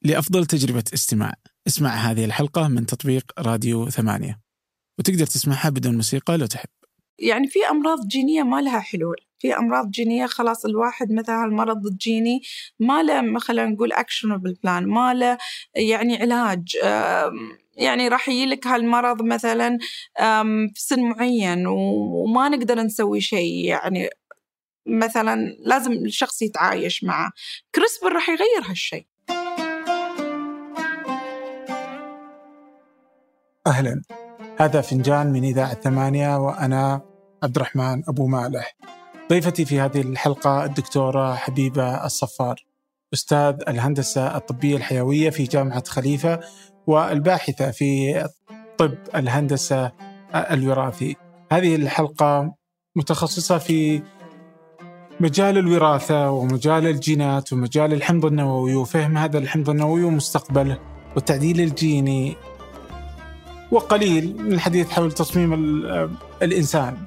لأفضل تجربة استماع. اسمع هذه الحلقة من تطبيق راديو 8، وتقدر تسمعها بدون موسيقى لو تحب. يعني في أمراض جينية ما لها حلول، في أمراض جينية خلاص الواحد مثلا المرض الجيني ما له خلينا نقول actionable plan، ما له يعني علاج، يعني راح يجيلك هالمرض مثلا في سن معين وما نقدر نسوي شيء، يعني مثلا لازم الشخص يتعايش معه. كريسبر راح يغير هالشيء. أهلا، هذا فنجان من إذاعة 8 وأنا عبد الرحمن أبو مالح. ضيفتي في هذه الحلقة الدكتورة حبيبة الصفار، أستاذ الهندسة الطبية الحيوية في جامعة خليفة والباحثة في طب الهندسة الوراثي. هذه الحلقة متخصصة في مجال الوراثة ومجال الجينات ومجال الحمض النووي وفهم هذا الحمض النووي ومستقبله والتعديل الجيني، وقليل من الحديث حول تصميم الإنسان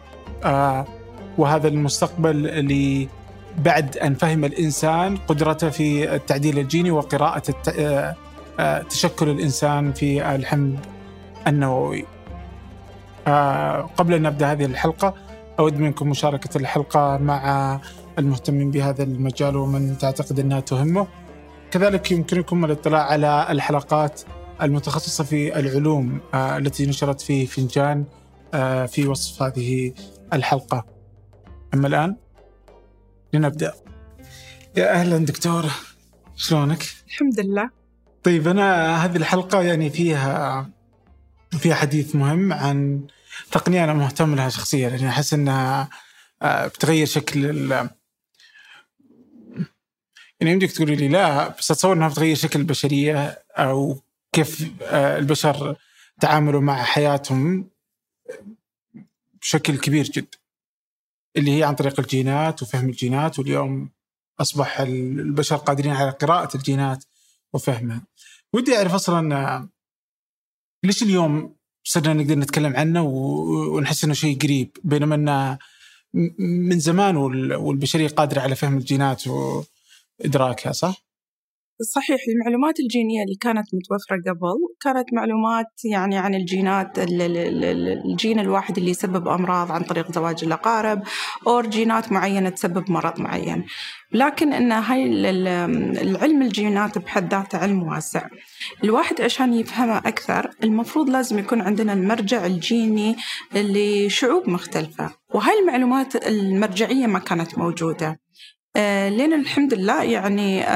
وهذا المستقبل اللي بعد أن فهم الإنسان قدرته في التعديل الجيني وقراءة تشكل الإنسان في الحمض النووي. قبل أن نبدأ هذه الحلقة أود منكم مشاركة الحلقة مع المهتمين بهذا المجال ومن تعتقد أنها تهمه. كذلك يمكنكم الاطلاع على الحلقات المتخصصة في العلوم التي نشرت في فنجان في وصف هذه الحلقة. أما الآن لنبدأ. يا أهلا دكتورة، شلونك؟ الحمد لله. طيب، أنا هذه الحلقة يعني فيها حديث مهم عن تقنية أنا مهتم لها شخصيا، يعني أحس أنها بتغير شكل يعني يمكن تقولي لي لا، بس أتصور أنها بتغير شكل البشرية أو كيف البشر تعاملوا مع حياتهم بشكل كبير جدا، اللي هي عن طريق الجينات وفهم الجينات. واليوم أصبح البشر قادرين على قراءة الجينات وفهمها. ودي أعرف أصلا ليش اليوم صرنا نقدر نتكلم عنه ونحس إنه شيء قريب، بينما إنه من زمان والبشرية قادرة على فهم الجينات وإدراكها، صح؟ صحيح. المعلومات الجينية اللي كانت متوفرة قبل كانت معلومات يعني عن الجينات، الجين الواحد اللي يسبب أمراض عن طريق زواج الأقارب أو جينات معينة تسبب مرض معين. لكن إن هاي العلم الجينات بحد ذاته علم واسع. الواحد عشان يفهمه أكثر المفروض لازم يكون عندنا المرجع الجيني لشعوب مختلفة، وهاي المعلومات المرجعية ما كانت موجودة. لأن الحمد لله يعني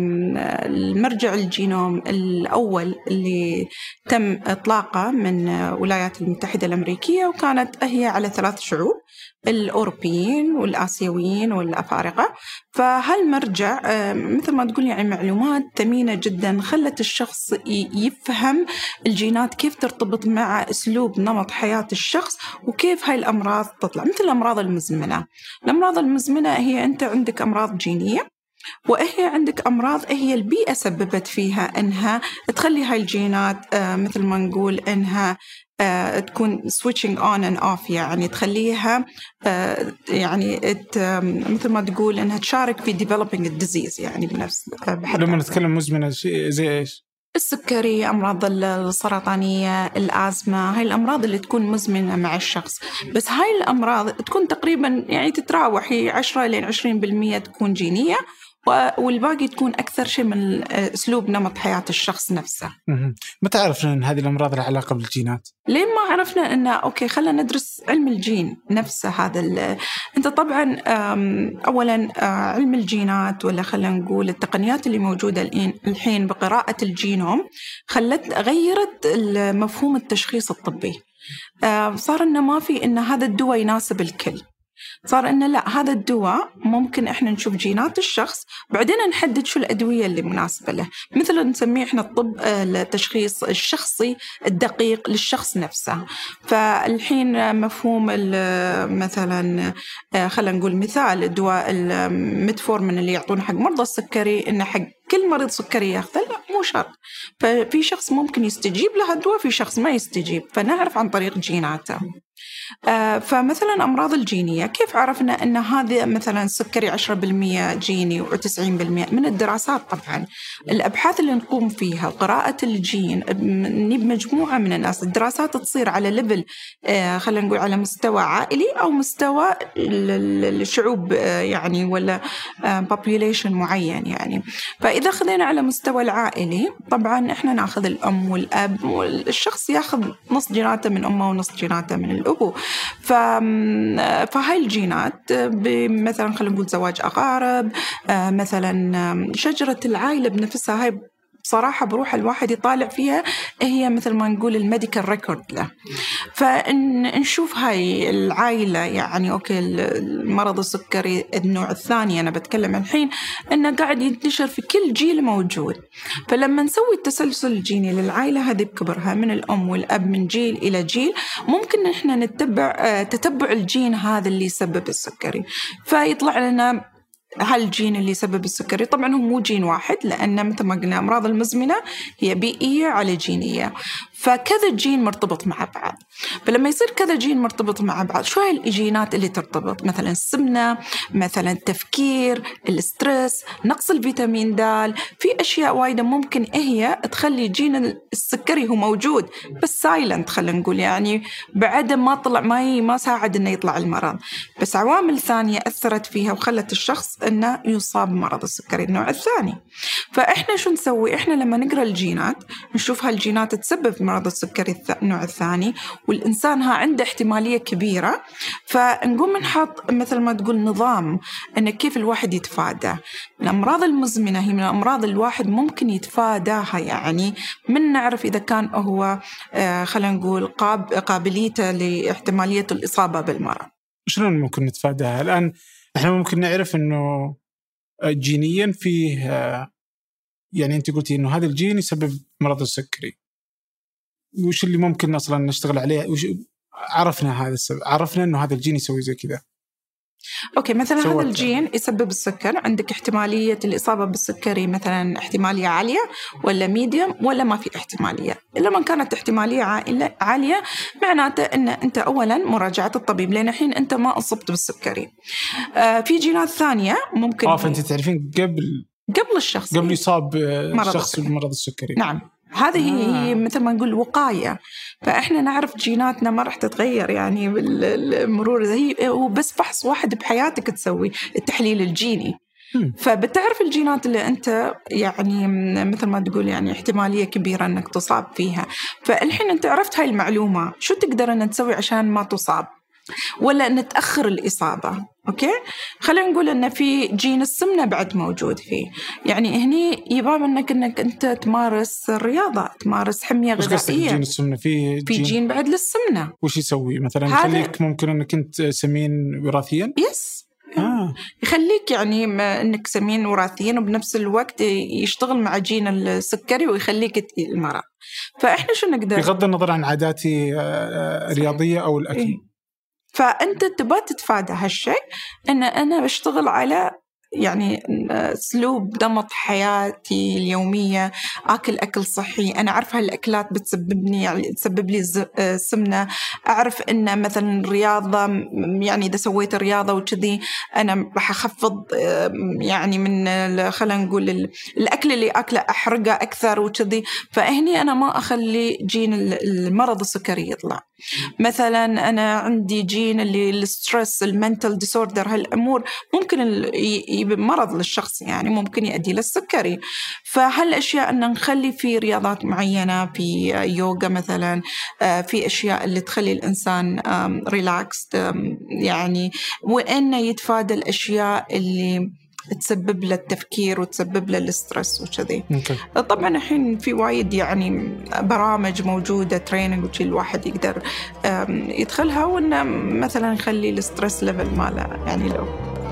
المرجع الجينوم الأول اللي تم إطلاقه من الولايات المتحدة الأمريكية، وكانت هي على 3 شعوب، الأوروبيين والآسيويين والأفارقة. فهالمرجع مثل ما تقول يعني معلومات ثمينة جدا، خلت الشخص يفهم الجينات كيف ترتبط مع أسلوب نمط حياة الشخص وكيف هاي الأمراض تطلع. مثل الأمراض المزمنة. الأمراض المزمنة هي أنت عندك أمراض جينية، وهي عندك أمراض هي البيئة سببت فيها إنها تخلي هاي الجينات مثل ما نقول إنها تكون switching on and off، يعني تخليها يعني مثل ما تقول إنها تشارك في developing a disease، يعني بنفس لما نتكلم مزمنة زي إيش؟ السكري، أمراض السرطانية، الأزمة، هاي الأمراض اللي تكون مزمنة مع الشخص. بس هاي الأمراض تكون تقريبا يعني تتراوح 10 إلى 20% تكون جينية، والباقي تكون أكثر شيء من أسلوب نمط حياة الشخص نفسه. متى عرفنا أن هذه الأمراض لها علاقة بالجينات؟ لين ما عرفنا أنه أوكي خلنا ندرس علم الجين نفسه. هذا أنت طبعا أولا علم الجينات، ولا خلنا نقول التقنيات اللي موجودة الحين بقراءة الجينوم غيرت مفهوم التشخيص الطبي. صار إنه ما في إن هذا الدواء يناسب الكل، صار إنه لا، هذا الدواء ممكن إحنا نشوف جينات الشخص بعدين نحدد شو الأدوية اللي مناسبة له. مثل نسميه إحنا الطب التشخيص الشخصي الدقيق للشخص نفسه. فالحين مفهوم مثلا خلينا نقول مثال الدواء الميتفورمين اللي يعطونه حق مرضى السكري، إنه حق كل مريض سكري ياخذه، لا مو شرط. ففي شخص ممكن يستجيب له الدواء، في شخص ما يستجيب، فنعرف عن طريق جيناته. فمثلا أمراض الجينية كيف عرفنا أن هذا مثلا سكري 10% جيني و90% من الدراسات؟ طبعا الأبحاث اللي نقوم فيها قراءة الجين بمجموعة من الناس، الدراسات تصير على ليفل خلينا نقول على مستوى عائلي أو مستوى الشعوب يعني ولا population معين يعني. فإذا خذينا على مستوى العائلي طبعا إحنا ناخذ الأم والأب، والشخص ياخذ نص جيناته من أمه ونص جيناته من الأبو. فهاي الجينات مثلا خلينا نقول زواج أقارب، مثلا شجرة العائلة بنفسها، هاي بصراحة بروح الواحد يطالع فيها، هي مثل ما نقول الميديكال ريكورد له. فنشوف هاي العائلة يعني أوكي المرض السكري النوع الثاني أنا بتكلم الحين إنه قاعد ينتشر في كل جيل موجود. فلما نسوي التسلسل الجيني للعائلة هذه بكبرها من الأم والأب من جيل إلى جيل، ممكن إحنا نتبع تتبع الجين هذا اللي يسبب السكري، فيطلع لنا هالجين اللي يسبب السكري. طبعا هو مو جين واحد، لأن مثل ما قلنا أمراض المزمنة هي بيئية على جينية، فكذا جين مرتبط مع بعض. فلما يصير كذا جين مرتبط مع بعض، شو هاي الجينات اللي ترتبط؟ مثلا السمنة، مثلا التفكير، الاسترس، نقص الفيتامين د، في أشياء وايدة ممكن هي تخلي جين السكري هو موجود بس سايلنت، خلينا نقول يعني بعدم ما طلع ما ساعد إنه يطلع المرض، بس عوامل ثانية أثرت فيها وخلت الشخص إنه يصاب بمرض السكري النوع الثاني. فإحنا شو نسوي؟ إحنا لما نقرأ الجينات نشوف هالجينات تسبب مرض السكري النوع الثاني، والإنسان عنده احتمالية كبيرة، فنقوم نحط مثل ما تقول نظام إن كيف الواحد يتفادى الأمراض المزمنة. هي من الأمراض الواحد ممكن يتفاداها، يعني من نعرف إذا كان هو خلينا نقول قابليته لاحتمالية الإصابة بالمرض. شلون ممكن نتفاداها؟ الآن إحنا ممكن نعرف إنه جينيا فيه يعني أنت قلتي إنه هذا الجين يسبب مرض السكري، وش اللي ممكن أصلاً نشتغل عليه؟ عرفنا هذا السبب، عرفنا إنه هذا الجين يسوي زي كذا. أوكي، مثلا هذا الجين يسبب السكر، عندك احتمالية الإصابة بالسكري مثلا احتمالية عالية ولا ميديوم ولا ما في احتمالية؟ لما كانت احتمالية عالية معناته إن أنت أولا مراجعة الطبيب، لأن الحين أنت ما أصبت بالسكري. في جينات ثانية ممكن فأنت تعرفين قبل الشخص قبل يصاب الشخص بمرض السكري. نعم، هذه هي مثل ما نقول وقاية. فإحنا نعرف جيناتنا ما راح تتغير يعني بالمرور، هي وبس فحص واحد بحياتك تسوي التحليل الجيني. فبتعرف الجينات اللي أنت يعني مثل ما تقول يعني احتمالية كبيرة أنك تصاب فيها. فالحين أنت عرفت هاي المعلومة، شو تقدر أن تسوي عشان ما تصاب ولا أن تأخر الإصابة؟ أوكي، خلينا نقول أن في جين السمنة بعد موجود فيه، يعني هني يبقى منك أنك أنت تمارس الرياضة، تمارس حمية غذائية. جين السمنة في جين بعد للسمنة. وش يسوي مثلا؟ يخليك ممكن أنك أنت سمين وراثيا؟ يس. يخليك يعني أنك سمين وراثيا، وبنفس الوقت يشتغل مع جين السكري ويخليك المرض. فإحنا شو نقدر؟ بغض النظر عن عاداتي رياضية أو الأكل. فأنت تبغى تتفادى هالشيء، إن أنا بشتغل على يعني أسلوب نمط حياتي اليومية، أكل صحي. أنا أعرف هالأكلات بتسببني يعني تسبب لي سمنة، أعرف إن مثلا الرياضة يعني إذا سويت الرياضة وكذي أنا راح أخفض يعني من خلينا نقول الأكل اللي أكله أحرقه أكثر وكذي. فهني أنا ما أخلي جين المرض السكري يطلع. مثلا أنا عندي جين اللي السترس، المنتل ديسوردر، هالأمور ممكن مرض للشخص، يعني ممكن يؤدي للسكري. فهالأشياء أن نخلي في رياضات معينة، في يوغا مثلا، في أشياء اللي تخلي الإنسان ريلاكست يعني، وأنه يتفادى الأشياء اللي تسبب له التفكير وتسبب له الاسترس وكذي. طبعا الحين في وايد يعني برامج موجودة تريننج وشي الواحد يقدر يدخلها، وإنه مثلا يخلي الاسترس ليفل ماله يعني لو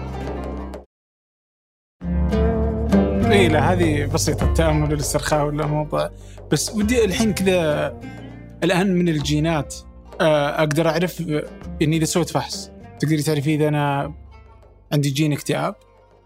إيه. لا هذه بسيطة، التأمل والاسترخاء ولا موضوع. بس ودي الحين كذا الآن من الجينات أقدر أعرف إني إذا سويت فحص تقدري تعرفي إذا أنا عندي جين اكتئاب.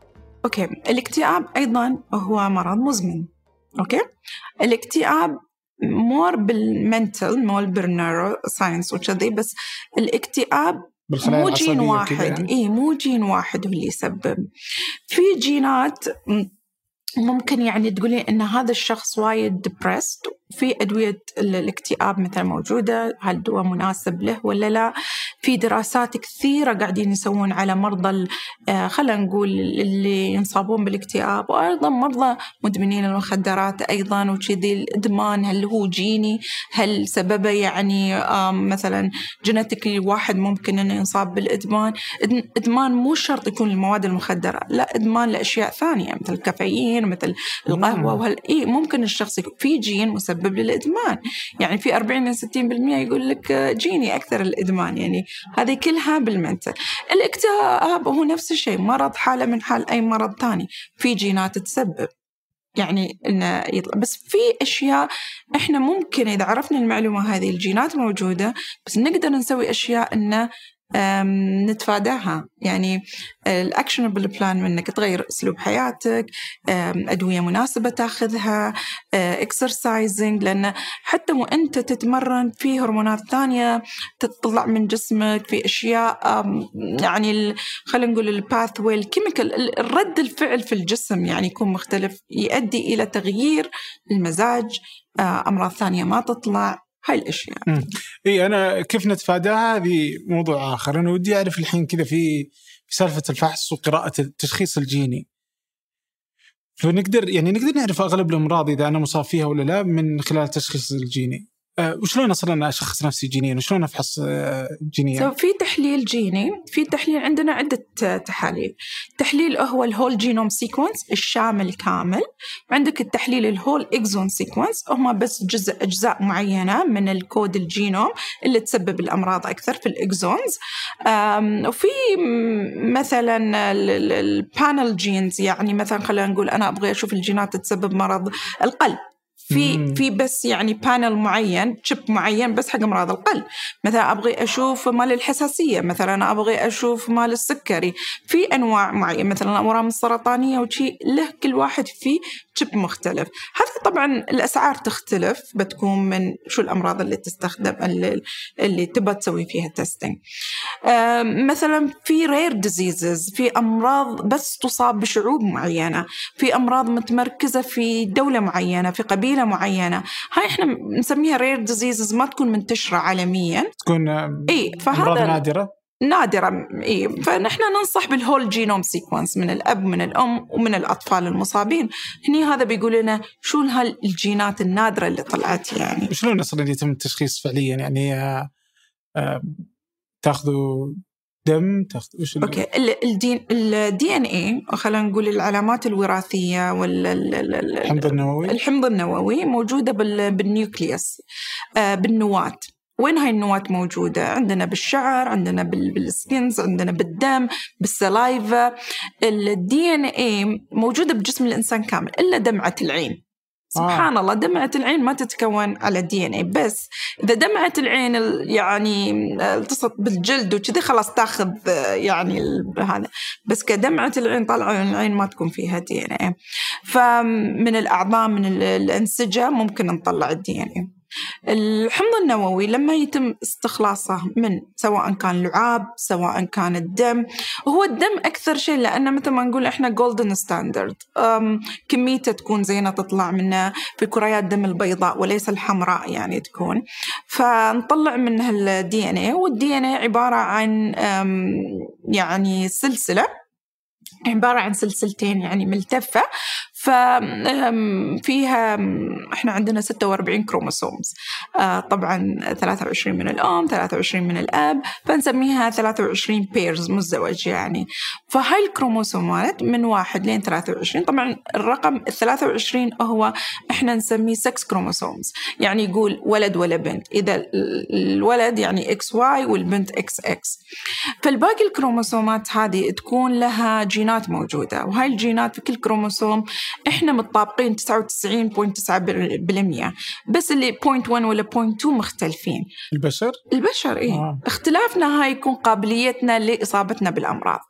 أوكي، الاكتئاب أيضا هو مرض مزمن. أوكي، الاكتئاب مور بالمنتل مور بالنيورو ساينس وكذي. بس الاكتئاب مو جين واحد يعني. مو جين واحد هو اللي يسبب. في جينات ممكن يعني تقولين إن هذا الشخص وايد depressed، في أدوية الاكتئاب مثلا موجودة، هل الدواء مناسب له ولا لا. في دراسات كثيرة قاعدين يسوون على مرضى خلينا نقول اللي ينصابون بالاكتئاب، وأيضا مرضى مدمنين المخدرات أيضا وكذي. الإدمان هل هو جيني؟ هل سببه يعني مثلا جينيتيكلي واحد ممكن إنه ينصاب بالإدمان؟ إدمان مو شرط يكون المواد المخدرة، لا، إدمان لأشياء ثانية مثل الكافيين مثل القهوة ممكن الشخص يكون في جين مسبب للإدمان. يعني في 40-60% يقول لك جيني أكثر الإدمان، يعني هذه كلها بالمنتل. الاكتئاب هو نفس الشيء، مرض حالة من حال أي مرض ثاني، في جينات تسبب يعني إنه يطلع. بس في أشياء إحنا ممكن إذا عرفنا المعلومة هذه الجينات موجودة، بس نقدر نسوي أشياء إنه نتفاداها. يعني الأكشنبل بلان منك تغير أسلوب حياتك، أدوية مناسبة تاخذها، إكسرسايزنج، لأن حتى وأنت تتمرن في هرمونات ثانية تطلع من جسمك، في أشياء يعني خلينا نقول الباثوي الكيميكال، الرد الفعل في الجسم يعني يكون مختلف، يؤدي إلى تغيير المزاج، أمراض ثانية ما تطلع. هاي الأشياء. أنا كيف نتفاداها هذه موضوع آخر. أنا ودي أعرف الحين كذا في سالفة الفحص وقراءة التشخيص الجيني، فنقدر نعرف أغلب الأمراض إذا أنا مصاب فيها ولا لا من خلال التشخيص الجيني. وشلون أصلاً أنا أشخص نفسي جينيا وشلون أفحص جينيا؟ في تحليل جيني، في تحليل عندنا عدة تحاليل. تحليل هو الهول جينوم سيكونس الشامل كامل، وعندك التحليل الهول إكزون سيكونس، هما بس أجزاء معينة من الكود الجينوم اللي تسبب الأمراض أكثر في الإكزونز. وفي مثلا البانل جينز، يعني مثلا خلينا نقول أنا أبغى أشوف الجينات تسبب مرض القلب، في بس يعني بانل معين، تشيب معين بس حق أمراض القلب. مثلا أبغي أشوف مال الحساسية، مثلا أبغي أشوف مال السكري، في أنواع معينة مثلا الأورام السرطانية وشي، له كل واحد فيه تشيب مختلف. هذا طبعا الأسعار تختلف، بتكون من شو الأمراض اللي تستخدم اللي تبى تسوي فيها تيستينج. مثلا في رير ديزيزز، في أمراض بس تصاب بشعوب معينة، في أمراض متمركزة في دولة معينة في قبيلة معينة، هاي إحنا نسميها رير ديزيزز، ما تكون منتشرة عالميا، تكون أمراض نادرة. فنحن ننصح بالهول جينوم سيكونس من الأب من الأم ومن الأطفال المصابين. هني هذا بيقول لنا شو هالجينات النادرة اللي طلعت. يعني شلون أصلاً يتم التشخيص فعليا؟ يعني تاخذوا دم، تاخذ وش اوكي الدي ان اي، خلينا نقول العلامات الوراثيه الحمض النووي موجوده بالنيوكليوس، بالنواه. وين هاي النواه موجوده؟ عندنا بالشعر، عندنا بالسكينز، عندنا بالدم، بالسلايفا. الدي ان اي موجوده بجسم الانسان كامل الا دمعه العين. سبحان الله، دمعة العين ما تتكون على الدي ان اي، بس إذا دمعة العين يعني التصق بالجلد وكذا خلاص تاخذ يعني هذا، بس كدمعة العين طالعة من العين ما تكون فيها دي ان اي. فمن الأعضاء من الأنسجة ممكن نطلع الدي ان اي. الحمض النووي لما يتم استخلاصه من سواء كان لعاب سواء كان الدم، وهو الدم أكثر شيء، لأنه مثل ما نقول إحنا golden standard، كميته تكون زينة تطلع منه في كريات دم البيضاء وليس الحمراء يعني تكون، فنطلع منها الدي ان اي. والدي ان اي عبارة عن يعني سلسلة، عبارة عن سلسلتين يعني ملتفة، فيها احنا عندنا 46 كروموسومز، طبعا 23 من الأم 23 من الأب، فنسميها 23 بيرز مزدوج يعني. فهاي الكروموسومات من 1 لين 23، طبعا الرقم 23 هو احنا نسميه 6 كروموسومز، يعني يقول ولد ولا بنت، إذا الولد يعني XY والبنت XX. فالباقي الكروموسومات هذه تكون لها جينات موجودة، وهاي الجينات في كل كروموسوم إحنا متطابقين 99.9%، بس اللي 0.1 ولا 0.2 مختلفين. البشر إيه. اختلافنا هاي يكون قابليتنا لإصابتنا بالأمراض.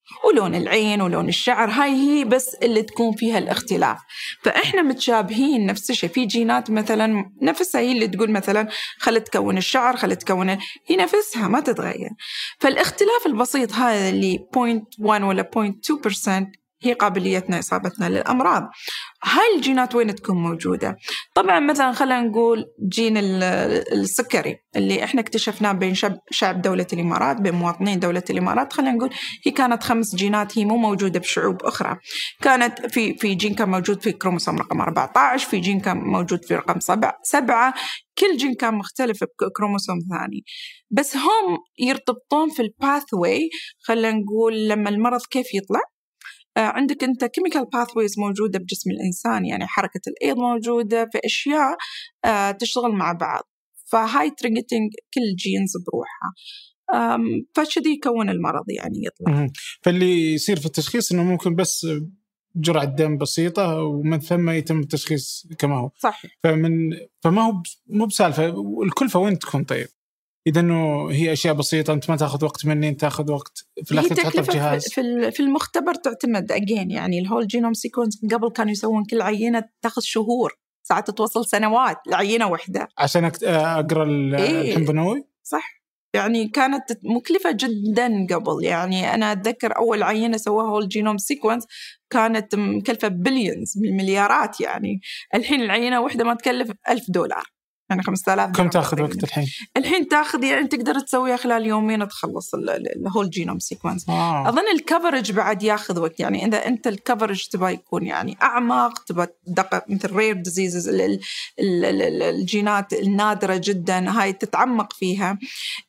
ولون العين ولون الشعر، هاي هي بس اللي تكون فيها الاختلاف. فإحنا متشابهين نفس الشيء، في جينات مثلا نفسها هي اللي تقول مثلا خلت تكون الشعر، خلت تكون هي نفسها ما تتغير. فالاختلاف البسيط هذا اللي 0.1 ولا 0.2% هي قابليتنا إصابتنا للأمراض. هاي الجينات وين تكون موجودة؟ طبعا مثلا خلينا نقول جين السكري اللي احنا اكتشفناه بين شعب دولة الإمارات، بين مواطنين دولة الإمارات. خلينا نقول هي كانت 5 جينات، هي مو موجودة بشعوب أخرى. كانت في جين كان موجود في كروموسوم رقم 14، في جين كان موجود في رقم 7، كل جين كان مختلف بكروموسوم ثاني. بس هم يرتبطون في الباثوي. خلينا نقول لما المرض كيف يطلع، عندك أنت chemical pathways موجودة بجسم الإنسان، يعني حركة الأيض موجودة في أشياء تشتغل مع بعض، فهاي تريجتنج كل جينز بروحها، فشدي يكون المرض يعني يطلع. فاللي يصير في التشخيص إنه ممكن بس جرعة دم بسيطة ومن ثم يتم التشخيص كما هو. صحيح. فما هو مو بسالفة. الكلفة وين تكون؟ طيب إذا إنه هي أشياء بسيطة، أنت ما تأخذ وقت مني، أنت تأخذ وقت في الأخير تحطها في جهاز. في المختبر تعتمد أجين، يعني الهول جينوم سيكونس قبل كانوا يسوون كل عينة تأخذ شهور، ساعات توصل سنوات لعينة واحدة عشان أقرأ الحمض. صح، يعني كانت مكلفة جدا قبل. يعني أنا أتذكر أول عينة سواها هول جينوم سيكونس كانت مكلفة بليونز، بالمليارات. يعني الحين العينة واحدة ما تكلف $1000، يعني 5000. كم تأخذ وقت الحين تأخذ يعني تقدر تسويها خلال يومين تخلص الهول جينوم سيكونس. أظن الكفرج بعد ياخذ وقت، يعني إذا أنت الكفرج تبى يكون يعني أعمق، تبى دقة مثل رير ديزيزز، الجينات النادرة جدا هاي تتعمق فيها.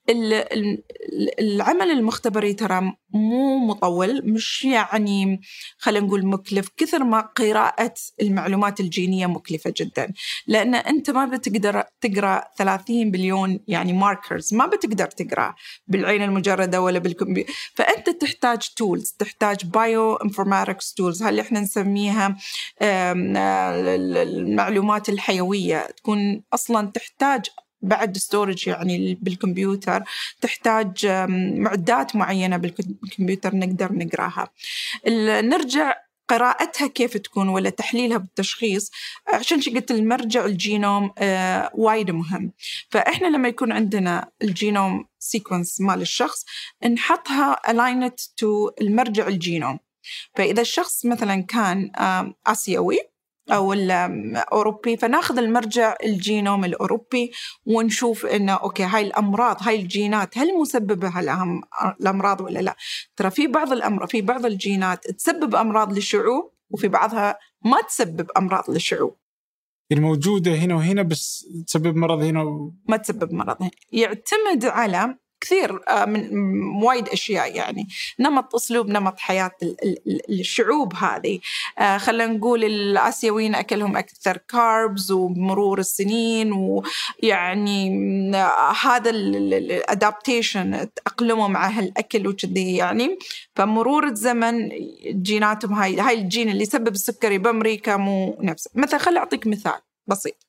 العمل المختبري ترى مو مطول، مش يعني خلينا نقول مكلف كثر ما قراءة المعلومات الجينية مكلفة جدا، لأن أنت ما بتقدر تقرأ 30 بليون يعني ماركرز، ما بتقدر تقرأ بالعين المجردة ولا بالكمبيوتر. فأنت تحتاج تولز، تحتاج بايو انفورماتكس تولز، هل احنا نسميها المعلومات الحيوية، تكون أصلا تحتاج بعد ستورج يعني بالكمبيوتر، تحتاج معدات معينة بالكمبيوتر نقدر نقراها. نرجع قراءتها كيف تكون ولا تحليلها بالتشخيص، عشان قلت المرجع الجينوم وايد مهم. فإحنا لما يكون عندنا الجينوم سيكونس مال الشخص نحطها aligned to المرجع الجينوم. فإذا الشخص مثلا كان آسيوي أو الأوروبي، فناخذ المرجع الجينوم الأوروبي ونشوف إنه أوكي هاي الأمراض، هاي الجينات هل مسببة لها الأمراض ولا لا. ترى في بعض الأمراض، في بعض الجينات تسبب أمراض للشعوب، وفي بعضها ما تسبب أمراض للشعوب. الموجودة هنا وهنا بس تسبب مرض هنا ما تسبب مرض هنا. يعتمد على كثير من وايد أشياء، يعني نمط أسلوب نمط حياة الشعوب هذه. خلينا نقول الآسيويين أكلهم أكثر كاربز، ومرور السنين ويعني هذا الادابتيشن تأقلموا مع هالأكل وكذي يعني. فمرور الزمن جيناتهم هاي الجين اللي يسبب السكري بأمريكا مو نفسه. مثلا خلي أعطيك مثال بسيط.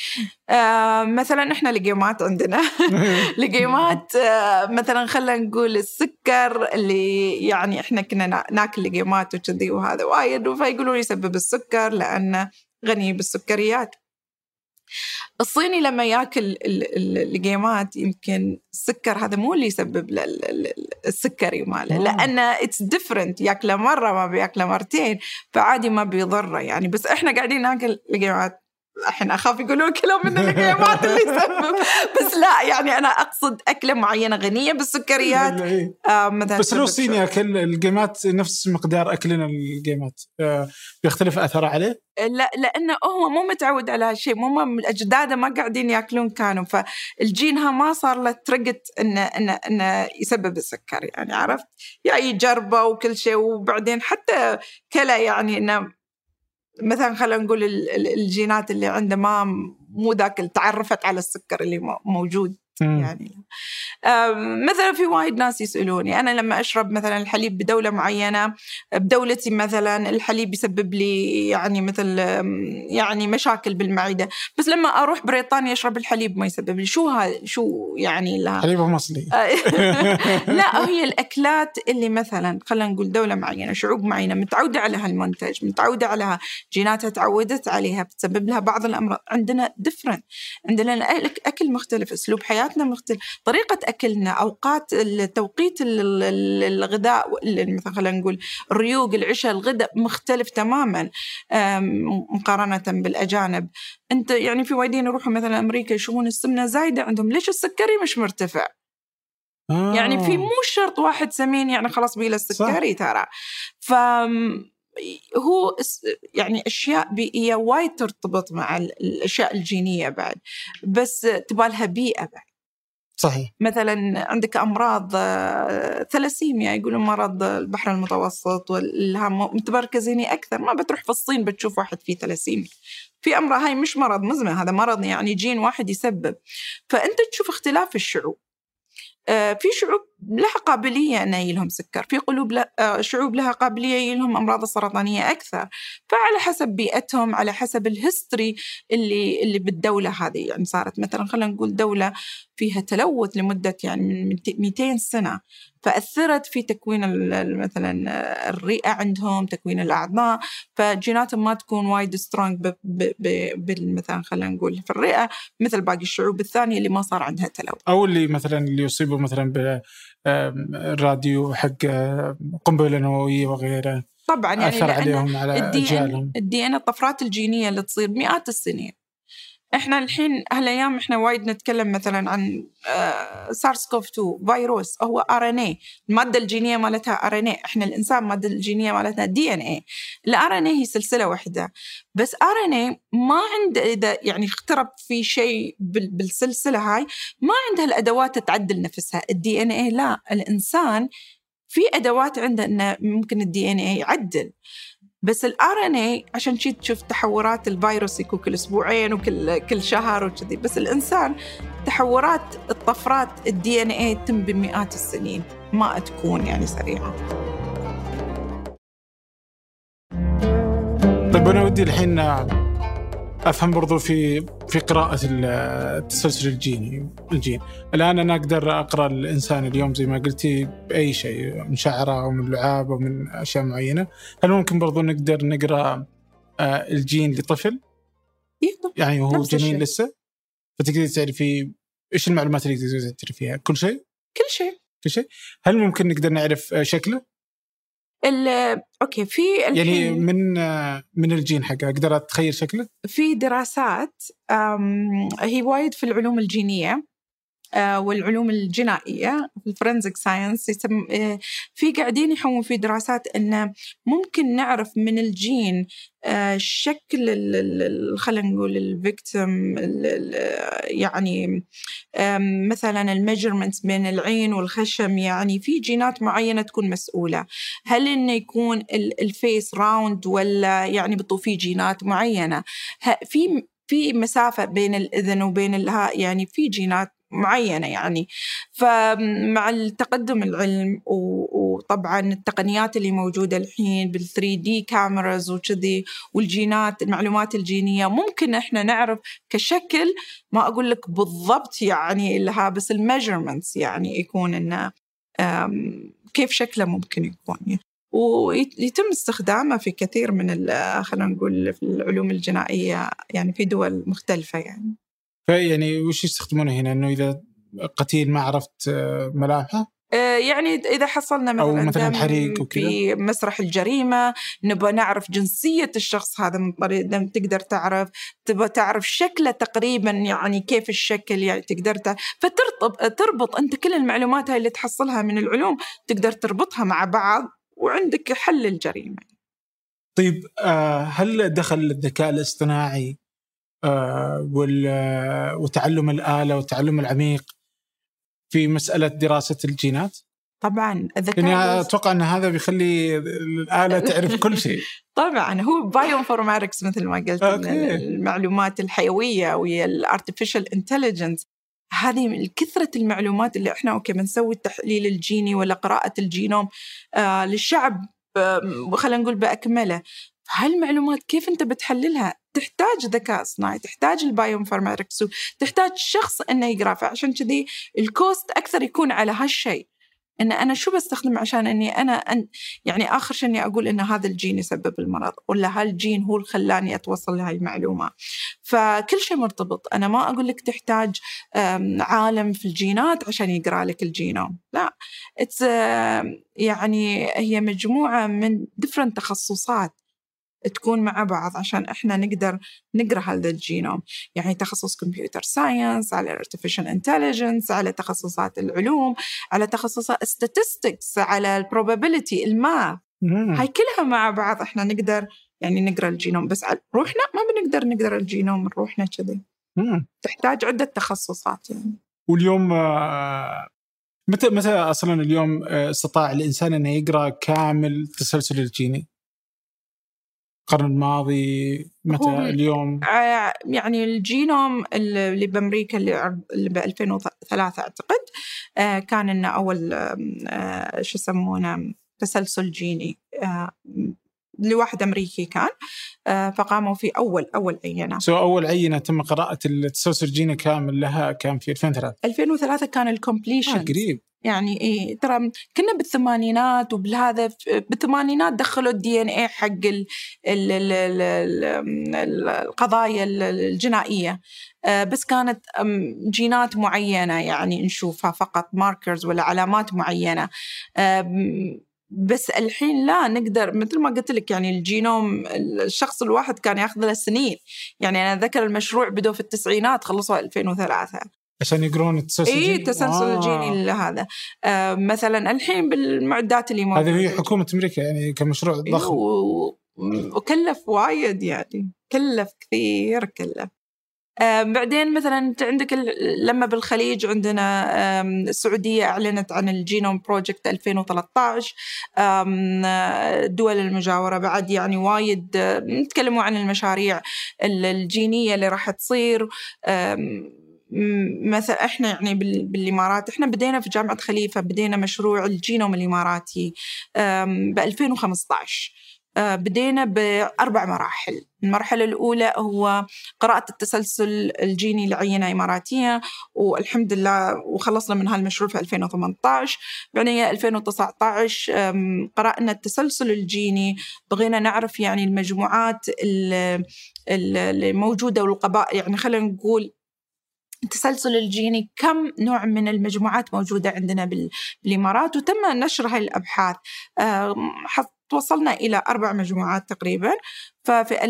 مثلا إحنا لقيمات عندنا لقيمات مثلا خلينا نقول السكر اللي يعني إحنا كنا ناكل لقيمات وكذي وهذا وايد، فيقولون يسبب السكر لأنه غني بالسكريات. الصيني لما ياكل اللقيمات يمكن السكر هذا مو اللي يسبب السكري ماله، لأنه it's different، ياكله مرة ما بياكله مرتين، فعادي ما بيضره يعني. بس إحنا قاعدين ناكل لقيمات، الحين أخاف يقولون كلام من اللقيمات اللي يسبب، بس لا يعني أنا أقصد أكلة معينة غنية بالسكريات. مثلا بس لو صيني أكل القيمات نفس مقدار أكلنا القيمات بيختلف أثر عليه؟ لا، لأنه هو مو متعود على هالشيء، مو أجداده ما قاعدين يأكلون كانوا، فالجينها ما صار له ترقت إنه يسبب السكر يعني، عرفت؟ يعني يجربه وكل شيء، وبعدين حتى كلا يعني إنه مثلا خلينا نقول الجينات اللي عنده مو ذاك تعرفت على السكر اللي موجود يعني مثلا في وايد ناس يسألوني أنا لما أشرب مثلا الحليب بدولة معينة، بدولتي مثلا الحليب يسبب لي يعني مثل يعني مشاكل بالمعدة، بس لما أروح بريطانيا أشرب الحليب ما يسبب لي. شو يعني لها حليب مصلي. لا، هي الأكلات اللي مثلا خلينا نقول دولة معينة، شعوب معينة متعودة على هالمنتج، متعودة على جيناتها، تعودت عليها، بتسبب لها بعض الأمراض. عندنا different، عندنا أكل مختلف، أسلوب حياتنا مختلف، طريقة أكلنا، أوقات توقيت الغذاء، مثلا خلينا نقول الريوق، العشاء، الغداء مختلف تماما مقارنة بالأجانب. أنت يعني في وايدين يروحوا مثلا أمريكا يشوفون السمنة زايدة عندهم، ليش السكري مش مرتفع؟ يعني في مو شرط واحد سمين يعني خلاص بيله السكري ترى. هو يعني أشياء بيئية وايد ترتبط مع الأشياء الجينية بعد، بس تبالها بيئة بعد. صحيح. مثلا عندك أمراض ثلاسيميا، يقولون مرض البحر المتوسط، والهم متمركزيني أكثر. ما بتروح في الصين بتشوف واحد فيه ثلاسيميا. في أمراض هاي مش مرض مزمن، هذا مرض يعني جين واحد يسبب. فأنت تشوف اختلاف الشعوب. في شعوب لها قابلية أن يلهم سكر، في شعوب لها قابلية يلهم أمراض السرطانية أكثر. فعلى حسب بيئتهم، على حسب الهيستوري اللي بالدولة هذه. يعني صارت مثلا خلينا نقول دولة فيها تلوث لمدة يعني من 200 سنة، فأثرت في تكوين مثلا الرئة عندهم، تكوين الأعضاء، فجيناتهم ما تكون وايد سترونج مثلا خلينا نقول في الرئة مثل باقي الشعوب الثانية اللي ما صار عندها تلوث، أو اللي مثلا اللي يصيبوا مثلا بالراديو حق قنبلة نووية وغيره. طبعا يعني أثر عليهم على أجيالهم. الدي إن الطفرات الجينية اللي تصير مئات السنين. إحنا الحين هالأيام إحنا وايد نتكلم مثلا عن سارس كوف 2 فيروس، هو RNA، المادة الجينية مالتها RNA. إحنا الإنسان مادة الجينية مالتها DNA. الRNA هي سلسلة واحدة، بس RNA ما عنده، إذا يعني اخترب في شيء بالسلسلة هاي ما عندها الأدوات تعدل نفسها. DNA لا، الإنسان في أدوات عنده إنه ممكن DNA يعدل، بس الRNA عشان شي تشوف تحورات الفيروس يكون كل أسبوعين وكل شهر وكذي، بس الإنسان تحورات الطفرات DNA تتم بمئات السنين، ما تكون يعني سريعة. طيب أنا ودي الحين أفهم برضو في قراءة التسلسل الجين. الآن أنا أقدر أقرأ الإنسان اليوم زي ما قلتي بأي شيء، من شعره أو من لعاب أو من أشياء معينة. هل ممكن برضو نقدر نقرأ الجين لطفل؟ يعني وهو جنين لسه، فتقدر تعرفي إيش المعلومات اللي تقدر تعرفيها؟ كل شيء. هل ممكن نقدر نعرف شكله؟ أوكي، في يعني من الجين حقه أقدر أتخيل شكله؟ في دراسات هي وايد في العلوم الجينية والعلوم الجنائية، في الفورنزيك ساينس في قاعدين يحومون في دراسات أنه ممكن نعرف من الجين شكل خلينا نقول الفيكتيم، يعني مثلا الميجرمنت بين العين والخشم، يعني في جينات معينة تكون مسؤولة. هل إنه يكون الفيس راوند ولا يعني في جينات معينة، في مسافة بين الأذن وبين يعني في جينات معينة يعني. فمع التقدم العلم وطبعا التقنيات اللي موجودة الحين بال3D كاميراز وكذي، والجينات المعلومات الجينية، ممكن احنا نعرف كشكل، ما أقول لك بالضبط يعني لها، بس الميجرمنتس يعني يكون إنه كيف شكله ممكن يكون، ويتم استخدامه في كثير من خلينا نقول في العلوم الجنائية يعني في دول مختلفة يعني. فيعني وش يستخدمونه هنا؟ إنه إذا قتيل ما عرفت ملامحه، يعني إذا حصلنا مثلا حريق في مسرح الجريمة، نبغى نعرف جنسية الشخص هذا من طريق تقدر تبغى تعرف شكله تقريبا، يعني كيف الشكل، يعني تقدر فتربط أنت كل المعلومات هاي اللي تحصلها من العلوم تقدر تربطها مع بعض وعندك حل الجريمة. طيب هل دخل الذكاء الاصطناعي وتعلم الآلة والتعلم العميق في مسألة دراسة الجينات؟ طبعا الذكاء، يعني أتوقع أن هذا بيخلي الآلة تعرف كل شيء. طبعا هو بايوانفورماتكس مثل ما قلت، المعلومات الحيوية والارتفيشال انتليجنس، هذه كثرة المعلومات اللي إحنا بنسوي التحليل الجيني ولا قراءة الجينوم للشعب، خلينا نقول بأكمله. هالمعلومات كيف أنت بتحللها؟ تحتاج ذكاء اصطناعي، تحتاج البايوانفورماتكس، تحتاج شخص إنه يقرأ. فعشان كذي الكوست أكثر يكون على هالشيء، إن أنا شو بستخدم عشان إني أنا يعني آخر شيء إني أقول إن هذا الجين يسبب المرض، ولا هالجين هو اللي خلاني أتوصل لهاي المعلومة. فكل شيء مرتبط. أنا ما أقول لك تحتاج عالم في الجينات عشان يقرأ لك الجينوم، لا. يعني هي مجموعة من different تخصصات تكون مع بعض عشان إحنا نقدر نقرأ هذا الجينوم. يعني تخصص كمبيوتر ساينس، على artificial intelligence، على تخصصات العلوم، على تخصصات statistics، على البروبابيليتي، الماث. هاي كلها مع بعض إحنا نقدر يعني نقرأ الجينوم. بس روحنا ما بنقدر نقرأ الجينوم من روحنا كذي، تحتاج عدة تخصصات يعني. واليوم متى أصلاً اليوم استطاع الإنسان أن يقرأ كامل التسلسل الجيني؟ القرن الماضي؟ متى؟ اليوم؟ يعني الجينوم اللي بأمريكا اللي ب 2003 أعتقد كان إنه أول شو يسمونه تسلسل جيني لواحد أمريكي كان، فقاموا في أول عينة. أول عينة تم قراءة التسلسل الجيني كامل لها كان في 2003 كان الكومبليشن قريب. يعني إيه، ترى كنا بالثمانينات، وبالهذا بالثمانينات دخلوا DNA حق القضايا الجنائية، بس كانت جينات معينة يعني نشوفها فقط، ماركرز ولا علامات معينة. بس الحين لا، نقدر مثل ما قلت لك يعني الجينوم الشخص الواحد كان يأخذ له سنين. يعني أنا ذكر المشروع بدأوا في التسعينات، خلصوا 2003 عشان يقرون التسلسل الجيني. التسلسل الجيني لهذا. مثلا الحين بالمعدات اللي موجودة، هذه هي حكومة أمريكا يعني كمشروع ضخم، وكلف وايد، يعني كلف كثير كلف. بعدين مثلا أنت عندك لما بالخليج عندنا السعودية أعلنت عن الجينوم بروجكت 2013. دول المجاورة بعد يعني وايد نتكلموا عن المشاريع الجينية اللي راح تصير. مثلا إحنا يعني بالإمارات إحنا بدينا في جامعة خليفة، بدينا مشروع الجينوم الإماراتي ب 2015. بدينا ب4 مراحل. المرحلة الأولى هو قراءة التسلسل الجيني لعينة إماراتية، والحمد لله وخلصنا من هالمشروع في 2018. بعدين 2019 قرأنا التسلسل الجيني، بغينا نعرف يعني المجموعات اللي موجودة والقبائل، يعني خلينا نقول التسلسل الجيني كم نوع من المجموعات موجودة عندنا بالإمارات، وتم نشر هاي الأبحاث. توصلنا إلى 4 مجموعات تقريباً. ففي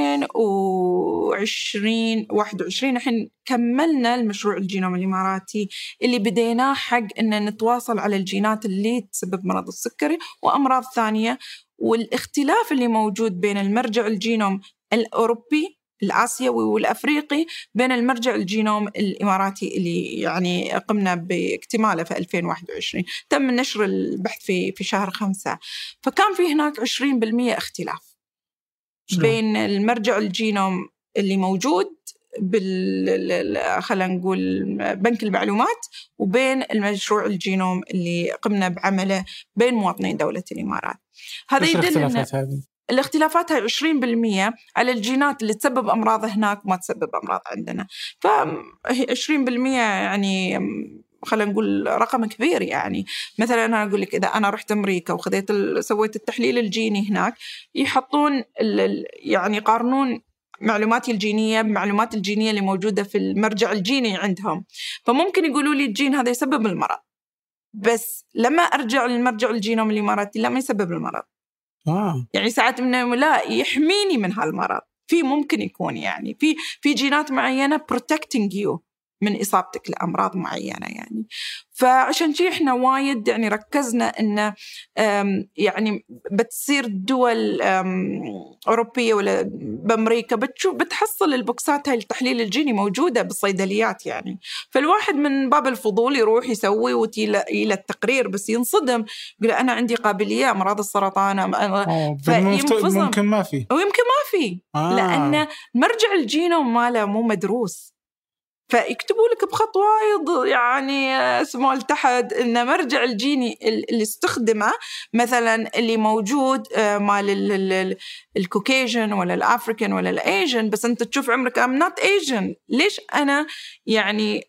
2021 الحين كملنا المشروع الجينوم الإماراتي اللي بديناه حق إن نتواصل على الجينات اللي تسبب مرض السكري وأمراض ثانية. والاختلاف اللي موجود بين المرجع الجينوم الأوروبي الآسيوي والأفريقي بين المرجع الجينوم الإماراتي اللي يعني قمنا باكتماله في 2021. تم نشر البحث في شهر 5. فكان في هناك 20% اختلاف بين المرجع الجينوم اللي موجود خلينا نقول بنك المعلومات وبين المشروع الجينوم اللي قمنا بعمله بين مواطنين دولة الإمارات. هذا يدل الاختلافات هي 20% على الجينات اللي تسبب أمراض هناك وما تسبب أمراض عندنا. فهي 20% يعني خلينا نقول رقم كبير. يعني مثلا أنا أقول لك إذا أنا رحت أمريكا وخذيت سويت التحليل الجيني هناك، يحطون يعني يقارنون معلوماتي الجينية بمعلومات الجينية اللي موجودة في المرجع الجيني عندهم، فممكن يقولوا لي الجين هذا يسبب المرض، بس لما أرجع للمرجع الجينوم الإماراتي لا، ما يسبب المرض. يعني ساعات منهم لا يحميني من هالمرض. في ممكن يكون يعني في جينات معينة protecting you من إصابتك لأمراض معينة يعني. فعشان شيء إحنا وايد يعني ركزنا إنه يعني بتصير دول أوروبية ولا بأمريكا بتحصل البوكسات هاي التحليل الجيني موجودة بالصيدليات يعني. فالواحد من باب الفضول يروح يسوي وتيله التقرير، بس ينصدم، يقول أنا عندي قابلية أمراض السرطان. ممكن ما في، لأن مرجع الجينوم ماله مو مدروس. فيكتبوا لك بخط وايد يعني سمول تحت إن مرجع الجيني اللي استخدمه مثلا اللي موجود مال الكوكيجن ولا الأفريكان ولا الأيجن، بس أنت تشوف عمرك I'm not Asian. ليش أنا يعني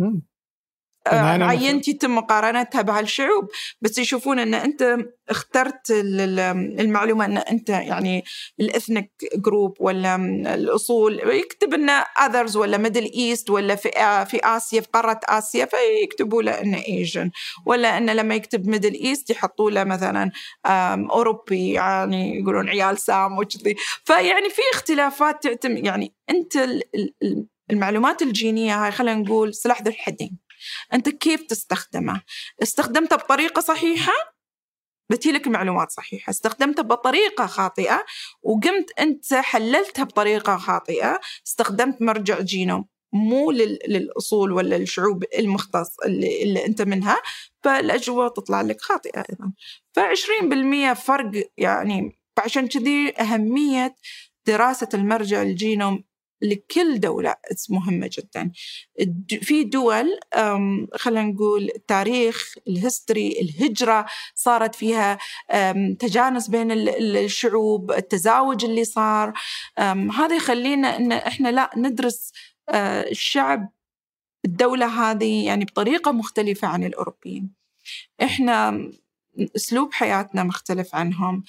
عينتي تم مقارنتها بهالشعوب؟ بس يشوفون أن أنت اخترت المعلومة أن أنت يعني الإثنيك جروب ولا الأصول، يكتب أن others ولا ميدل إيست ولا في آسيا، في قارة آسيا، فيكتبوا له أنه إيجن، ولا أنه لما يكتب ميدل إيست يحطوا له مثلا أوروبي، يعني يقولون عيال سام وكذي. فيعني في اختلافات تعتمد، يعني أنت المعلومات الجينية هاي خلينا نقول سلاح ذو الحدين. أنت كيف تستخدمه؟ استخدمته بطريقة صحيحة بتجيلك معلومات صحيحة، استخدمتها بطريقة خاطئة وقمت أنت حللتها بطريقة خاطئة، استخدمت مرجع جينوم مو للأصول ولا الشعوب المختص اللي أنت منها، فالأجوبة تطلع لك خاطئة أيضا. ف20% فرق يعني. فعشان كذي أهمية دراسة المرجع الجينوم لكل دولة مهمة جدا. في دول خلينا نقول التاريخ، الهستوري، الهجرة صارت فيها تجانس بين الشعوب، التزاوج اللي صار، هذا يخلينا إن إحنا لا ندرس الشعب الدولة هذه يعني بطريقة مختلفة عن الأوروبيين. إحنا أسلوب حياتنا مختلف عنهم،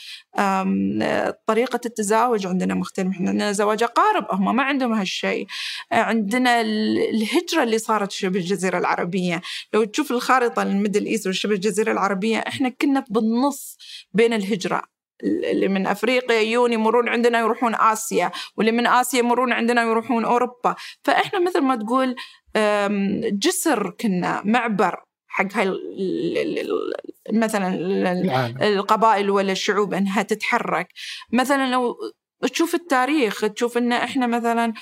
طريقة التزاوج عندنا مختلف، عندنا زواج أقارب، هم ما عندهم هالشيء. عندنا الهجرة اللي صارت شبه الجزيرة العربية، لو تشوف الخارطة الميدل إيست وشبه الجزيرة العربية، إحنا كنا بالنص بين الهجرة، اللي من أفريقيا يمرون عندنا يروحون آسيا، واللي من آسيا يمرون عندنا يروحون أوروبا. فإحنا مثل ما تقول جسر، كنا معبر حق هاي مثلا القبائل ولا الشعوب أنها تتحرك. مثلا لو تشوف التاريخ تشوف إن إحنا مثلا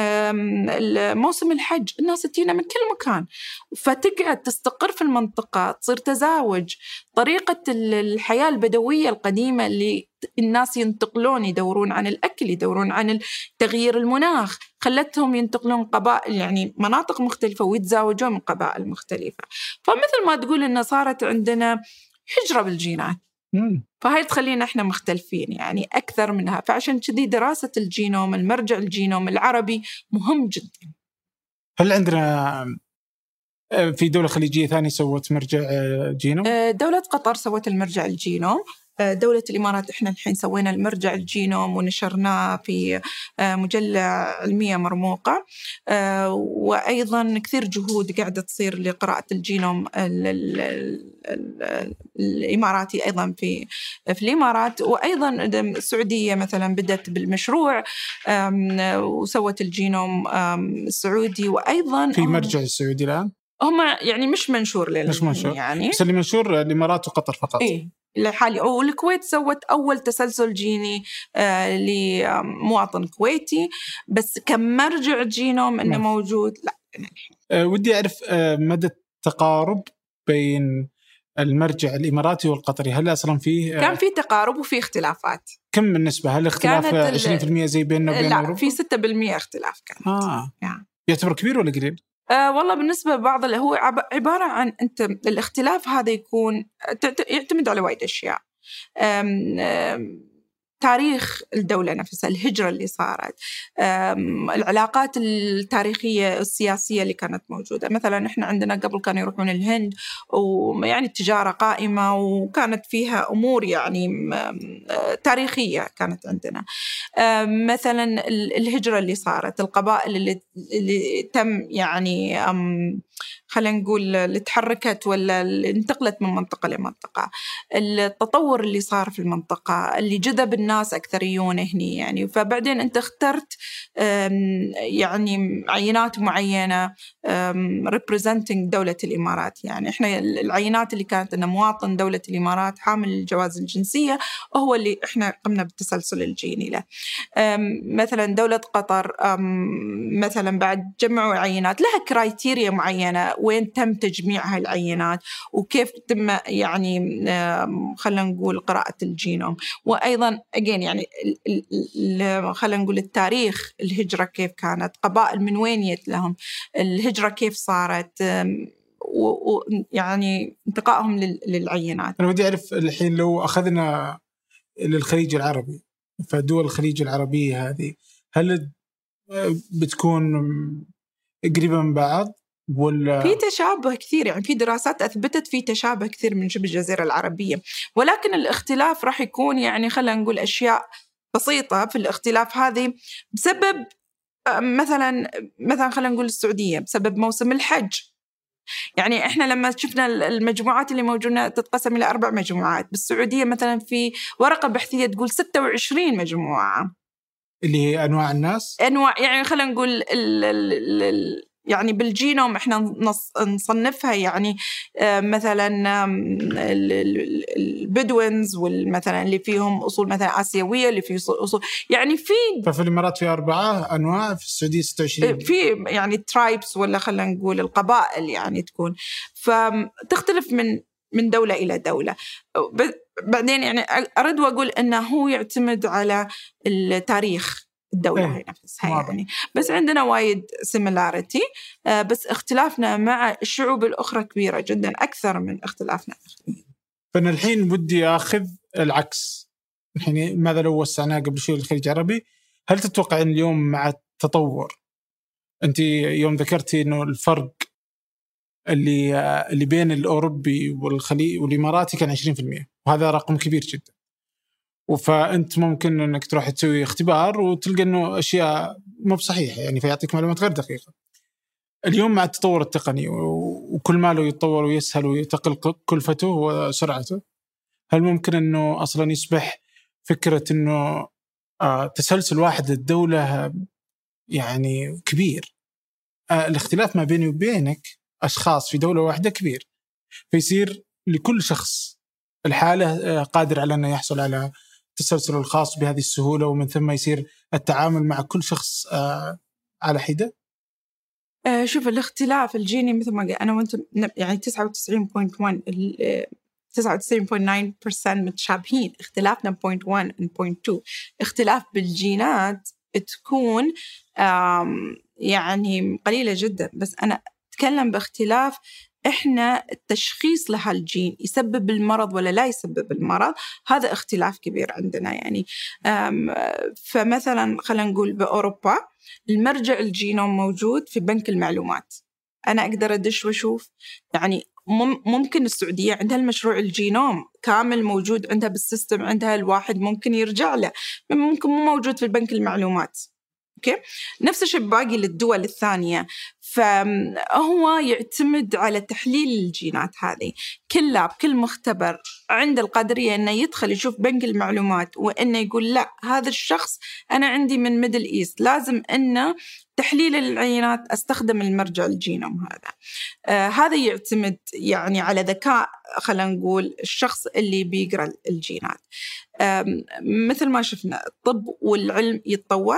موسم الحج الناس تجينا من كل مكان، فتقعد تستقر في المنطقة، تصير تزاوج. طريقة الحياة البدوية القديمة اللي الناس ينتقلون، يدورون عن الأكل، يدورون عن تغيير المناخ، خلتهم ينتقلون قبائل يعني مناطق مختلفة ويتزاوجون من قبائل مختلفة. فمثل ما تقول إن صارت عندنا هجرة بالجينات، فهاي تخلينا إحنا مختلفين يعني أكثر منها. فعشان كذي دراسة الجينوم، المرجع الجينوم العربي مهم جدا. هل عندنا في دولة خليجية ثانية سوت مرجع جينوم؟ دولة قطر سوت المرجع الجينوم. دولة الإمارات إحنا الحين سوينا المرجع الجينوم ونشرناه في مجلة علمية مرموقة، وأيضا كثير جهود قاعدة تصير لقراءة الجينوم الإماراتي أيضا في الإمارات. وأيضا السعودية مثلا بدأت بالمشروع وسوت الجينوم السعودي، وأيضا في مرجع السعودي الآن هم يعني مش منشور مش منشور يعني، بس اللي منشور الإمارات وقطر فقط. إيه لحالي. والكويت سوت أول تسلسل جيني لمواطن كويتي، بس كمرجع جينوم إنه موجود لا. ودي أعرف مدى التقارب بين المرجع الإماراتي والقطري، هل أصلا فيه كان في تقارب وفي اختلافات؟ كم النسبة؟ هل اختلاف 20% زي بيننا وبين أوروبا؟ لا، في 6% اختلاف كان. يعني يعتبر كبير ولا قليل؟ والله بالنسبة لبعض اللي هو عبارة عن أنت الاختلاف هذا يكون يعتمد على وايد أشياء. تاريخ الدولة نفسها، الهجرة اللي صارت، العلاقات التاريخية السياسية اللي كانت موجودة. مثلا إحنا عندنا قبل كانوا يروحون الهند، ويعني التجارة قائمة وكانت فيها أمور يعني تاريخية كانت عندنا. مثلا الهجرة اللي صارت، القبائل اللي تم يعني خلينا نقول اللي تحركت ولا اللي انتقلت من منطقة لمنطقة، التطور اللي صار في المنطقة اللي جذب الناس أكثريون هني يعني. فبعدين أنت اخترت يعني عينات معينة representing دولة الإمارات. يعني إحنا العينات اللي كانت أن مواطن دولة الإمارات حامل الجواز الجنسية هو اللي إحنا قمنا بالتسلسل الجيني له. مثلا دولة قطر مثلا بعد جمعوا عينات لها كرايتيريا معينة وين تم تجميع هالعينات وكيف تم يعني خلينا نقول قراءة الجينوم. وأيضا يعني خلينا نقول التاريخ، الهجرة كيف كانت، قبائل من وين جت لهم، الهجرة كيف صارت، ويعني انتقائهم للعينات. أنا ودي أعرف الحين لو أخذنا للخليج العربي، فدول الخليج العربية هذه هل بتكون قريبة من بعض ولا؟ في تشابه كثير، يعني في دراسات أثبتت في تشابه كثير من شبه الجزيرة العربية، ولكن الاختلاف راح يكون يعني خلينا نقول أشياء بسيطة في الاختلاف هذه بسبب مثلا خلينا نقول السعودية بسبب موسم الحج. يعني إحنا لما شفنا المجموعات اللي موجودة تتقسم إلى 4 مجموعات، بالسعودية مثلا في ورقة بحثية تقول 26 مجموعة اللي هي أنواع الناس، أنواع يعني خلينا نقول يعني بالجينوم إحنا نصنفها يعني مثلا البدوينز والمثلا اللي فيهم أصول مثلا آسيوية، اللي فيه أصول يعني ففي الإمارات في 4 أنواع، في السعودية 26 في يعني ترايبس ولا خلينا نقول القبائل يعني تكون، فتختلف من دولة إلى دولة. بعدين يعني أرد وأقول أنه هو يعتمد على التاريخ الدولة هي نفسها يعني، بس عندنا وايد سيميلاريتي، بس اختلافنا مع الشعوب الأخرى كبيرة جدا أكثر من اختلافنا. فأنا الحين بدي أخذ العكس، الحين ماذا لو وسعناه قبل شوي للخليج العربي؟ هل تتوقع أن اليوم مع التطور، أنت يوم ذكرتي إنه الفرق اللي بين الأوروبي والخليج والإماراتي كان 20%، وهذا رقم كبير جدا، فأنت ممكن أنك تروح تسوي اختبار وتلقى أنه أشياء مو بصحيحة يعني، فيعطيك معلومات غير دقيقة. اليوم مع التطور التقني وكل ما له يتطور ويسهل ويتقل كلفته وسرعته، هل ممكن أنه أصلا يصبح فكرة أنه تسلسل واحد للدولة يعني كبير، الاختلاف ما بيني وبينك أشخاص في دولة واحدة كبير، فيصير لكل شخص الحالة قادر على أنه يحصل على التسلسل الخاص بهذه السهولة، ومن ثم يصير التعامل مع كل شخص على حدة. شوف الاختلاف الجيني مثل ما قلت أنا وأنت يعني 99.9% متشابهين، اختلافنا 0.1 و 0.2. اختلاف بالجينات تكون يعني قليلة جدا، بس أنا أتكلم باختلاف إحنا التشخيص لهالجين يسبب المرض ولا لا يسبب المرض، هذا اختلاف كبير عندنا يعني. فمثلا خلينا نقول بأوروبا المرجع الجينوم موجود في بنك المعلومات، أنا أقدر أدش وأشوف يعني. ممكن السعودية عندها المشروع الجينوم كامل موجود عندها بالسيستم، عندها الواحد ممكن يرجع له، ممكن مو موجود في البنك المعلومات. أوكي، نفس الشيء باقي للدول الثانية. فهو يعتمد على تحليل الجينات هذه. كل لاب كل مختبر عنده القادرية أنه يدخل يشوف بنك المعلومات وأنه يقول لا هذا الشخص أنا عندي من ميدل إيست، لازم أنه تحليل العينات أستخدم المرجع الجينوم هذا. هذا يعتمد يعني على ذكاء خلينا نقول الشخص اللي بيقرأ الجينات. مثل ما شفنا الطب والعلم يتطور،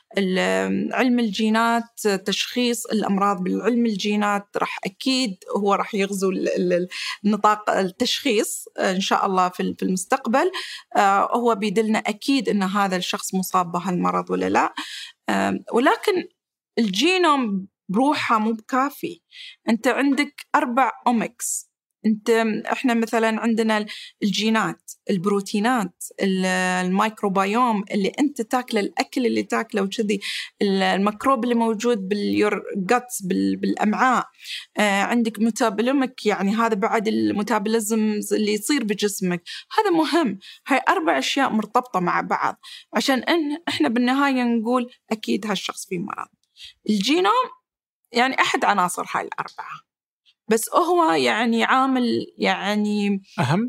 علم الجينات تشخيص الأمراض بالعلم الجينات راح أكيد هو راح يغزو النطاق التشخيص إن شاء الله في المستقبل. هو بيدلنا أكيد أن هذا الشخص مصاب بهالمرض ولا لا. ولكن الجينوم بروحها مو بكافي، أنت عندك 4 أوميكس. إحنا مثلا عندنا الجينات، البروتينات، الميكروبيوم اللي أنت تاكله، الأكل اللي تاكله وكذي، الميكروب اللي موجود بالجتس بالأمعاء، عندك ميتابوليمك يعني هذا بعد الميتابوليزمز اللي يصير بجسمك، هذا مهم. هاي 4 أشياء مرتبطة مع بعض عشان إحنا بالنهاية نقول أكيد هالشخص فيه مرض. الجينوم يعني أحد عناصر هاي 4، بس هو يعني عامل يعني أهم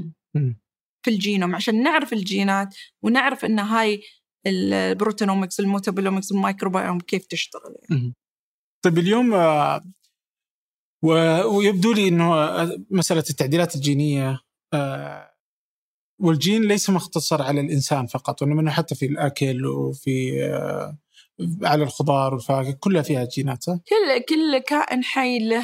في الجينوم عشان نعرف الجينات ونعرف إن هاي البروتينومكس الميتابولومكس الميكروبيوم كيف تشتغل يعني. طيب اليوم ويبدو لي إنه مسألة التعديلات الجينية والجين ليس مختصر على الإنسان فقط، وإنما حتى في الأكل وفي على الخضار والفواكه كلها فيها جينات صح؟ كل كائن حي له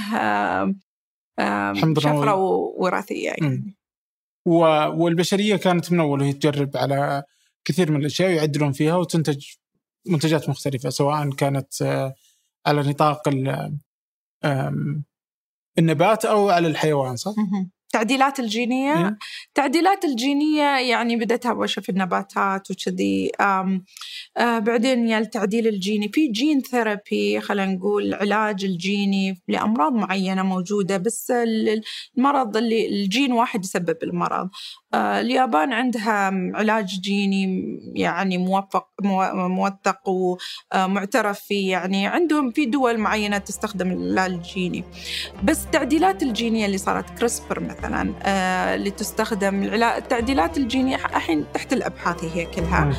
شفرة وراثية يعني. والبشرية كانت من أول وهي تجرب على كثير من الأشياء ويعدلون فيها وتنتج منتجات مختلفة، سواء كانت على نطاق النبات أو على الحيوان صح؟ تعديلات الجينية يعني بدأتها أول شيء في النباتات وكذي. بعدين يا التعديل الجيني في جين ثيرابي، خلينا نقول علاج الجيني لأمراض معينة موجودة، بس المرض اللي الجين واحد يسبب المرض. اليابان عندها علاج جيني يعني موثق ومعترف فيه، يعني عندهم في دول معينة تستخدم العلاج الجيني. بس التعديلات الجينية اللي صارت كريسبر مثلاً اللي تستخدم التعديلات الجينية الحين تحت الأبحاث هي كلها.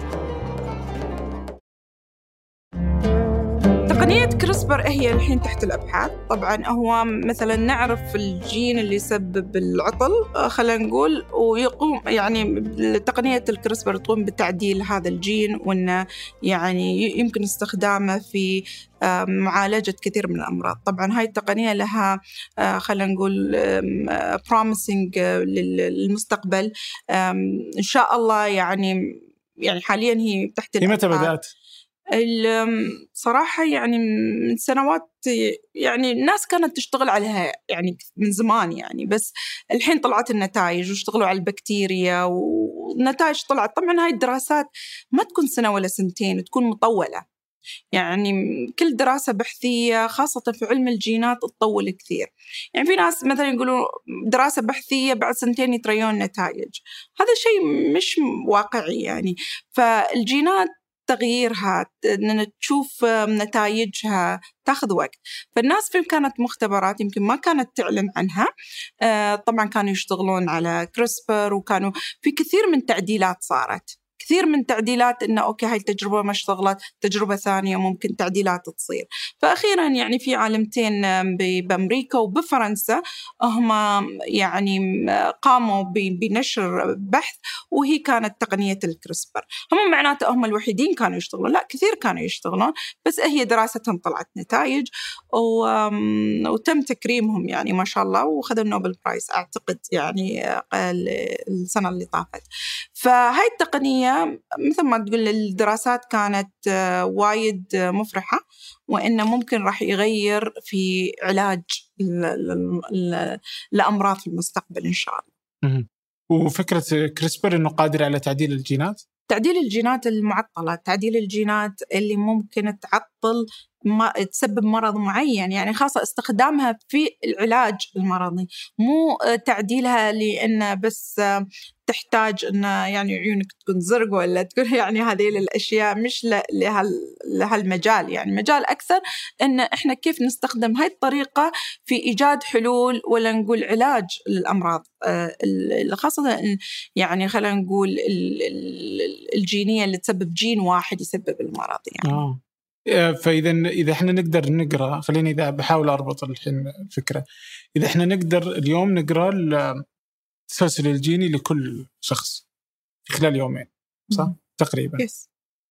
تقنية كريسبر هي الحين تحت الأبحاث. طبعاً هو مثلاً نعرف الجين اللي يسبب العطل خلينا نقول، ويقوم يعني تقنية الكريسبر تقوم بتعديل هذا الجين، وإنه يعني يمكن استخدامه في معالجة كثير من الأمراض. طبعاً هاي التقنية لها خلينا نقول promising للمستقبل إن شاء الله. يعني حالياً هي تحت الأبحاث. متى بدأت؟ صراحة يعني من سنوات، يعني الناس كانت تشتغل عليها يعني من زمان يعني، بس الحين طلعت النتائج واشتغلوا على البكتيريا والنتائج طلعت. طبعاً هاي الدراسات ما تكون سنة ولا سنتين، تكون مطولة. يعني كل دراسة بحثية خاصة في علم الجينات تطول كثير. يعني في ناس مثلا يقولوا دراسة بحثية بعد سنتين يتريون نتائج، هذا شيء مش واقعي يعني. فالجينات تغييرها أن تشوف نتائجها تأخذ وقت. فالناس في كانت مختبرات يمكن ما كانت تعلن عنها. طبعا كانوا يشتغلون على كريسبر، وكانوا في كثير من تعديلات صارت، كثير من تعديلات إنه أوكي هاي التجربة ما اشتغلت، تجربة ثانية ممكن تعديلات تصير. فأخيراً يعني في عالمتين بأمريكا وبفرنسا هم يعني قاموا بنشر بحث، وهي كانت تقنية الكريسبر. هم معناته هم الوحيدين كانوا يشتغلون؟ لا، كثير كانوا يشتغلون، بس هي دراستهم طلعت نتائج وتم تكريمهم يعني ما شاء الله، وخذوا النوبل برايز أعتقد يعني السنة اللي طافت. فهاي التقنية مثل ما تقول الدراسات كانت وايد مفرحة، وإنه ممكن راح يغير في علاج الأمراض في المستقبل إن شاء الله. وفكرة كريسبر إنه قادر على تعديل الجينات؟ تعديل الجينات المعطلة، تعديل الجينات اللي ممكن تعطل تسبب مرض معين، يعني خاصة استخدامها في العلاج المرضي، مو تعديلها لأنه بس تحتاج أن يعني عيونك تكون زرق ولا تكون يعني هذه الأشياء، مش لهالمجال. يعني مجال أكثر أن إحنا كيف نستخدم هاي الطريقة في إيجاد حلول ولا نقول علاج للأمراض خاصة يعني خلينا نقول الجينية اللي تسبب جين واحد يسبب المرض يعني. فإذا إحنا نقدر نقرأ، خليني إذا بحاول أربط الحين الفكرة، إذا إحنا نقدر اليوم نقرأ التسلسل الجيني لكل شخص في خلال يومين صح؟ تقريبا. yes.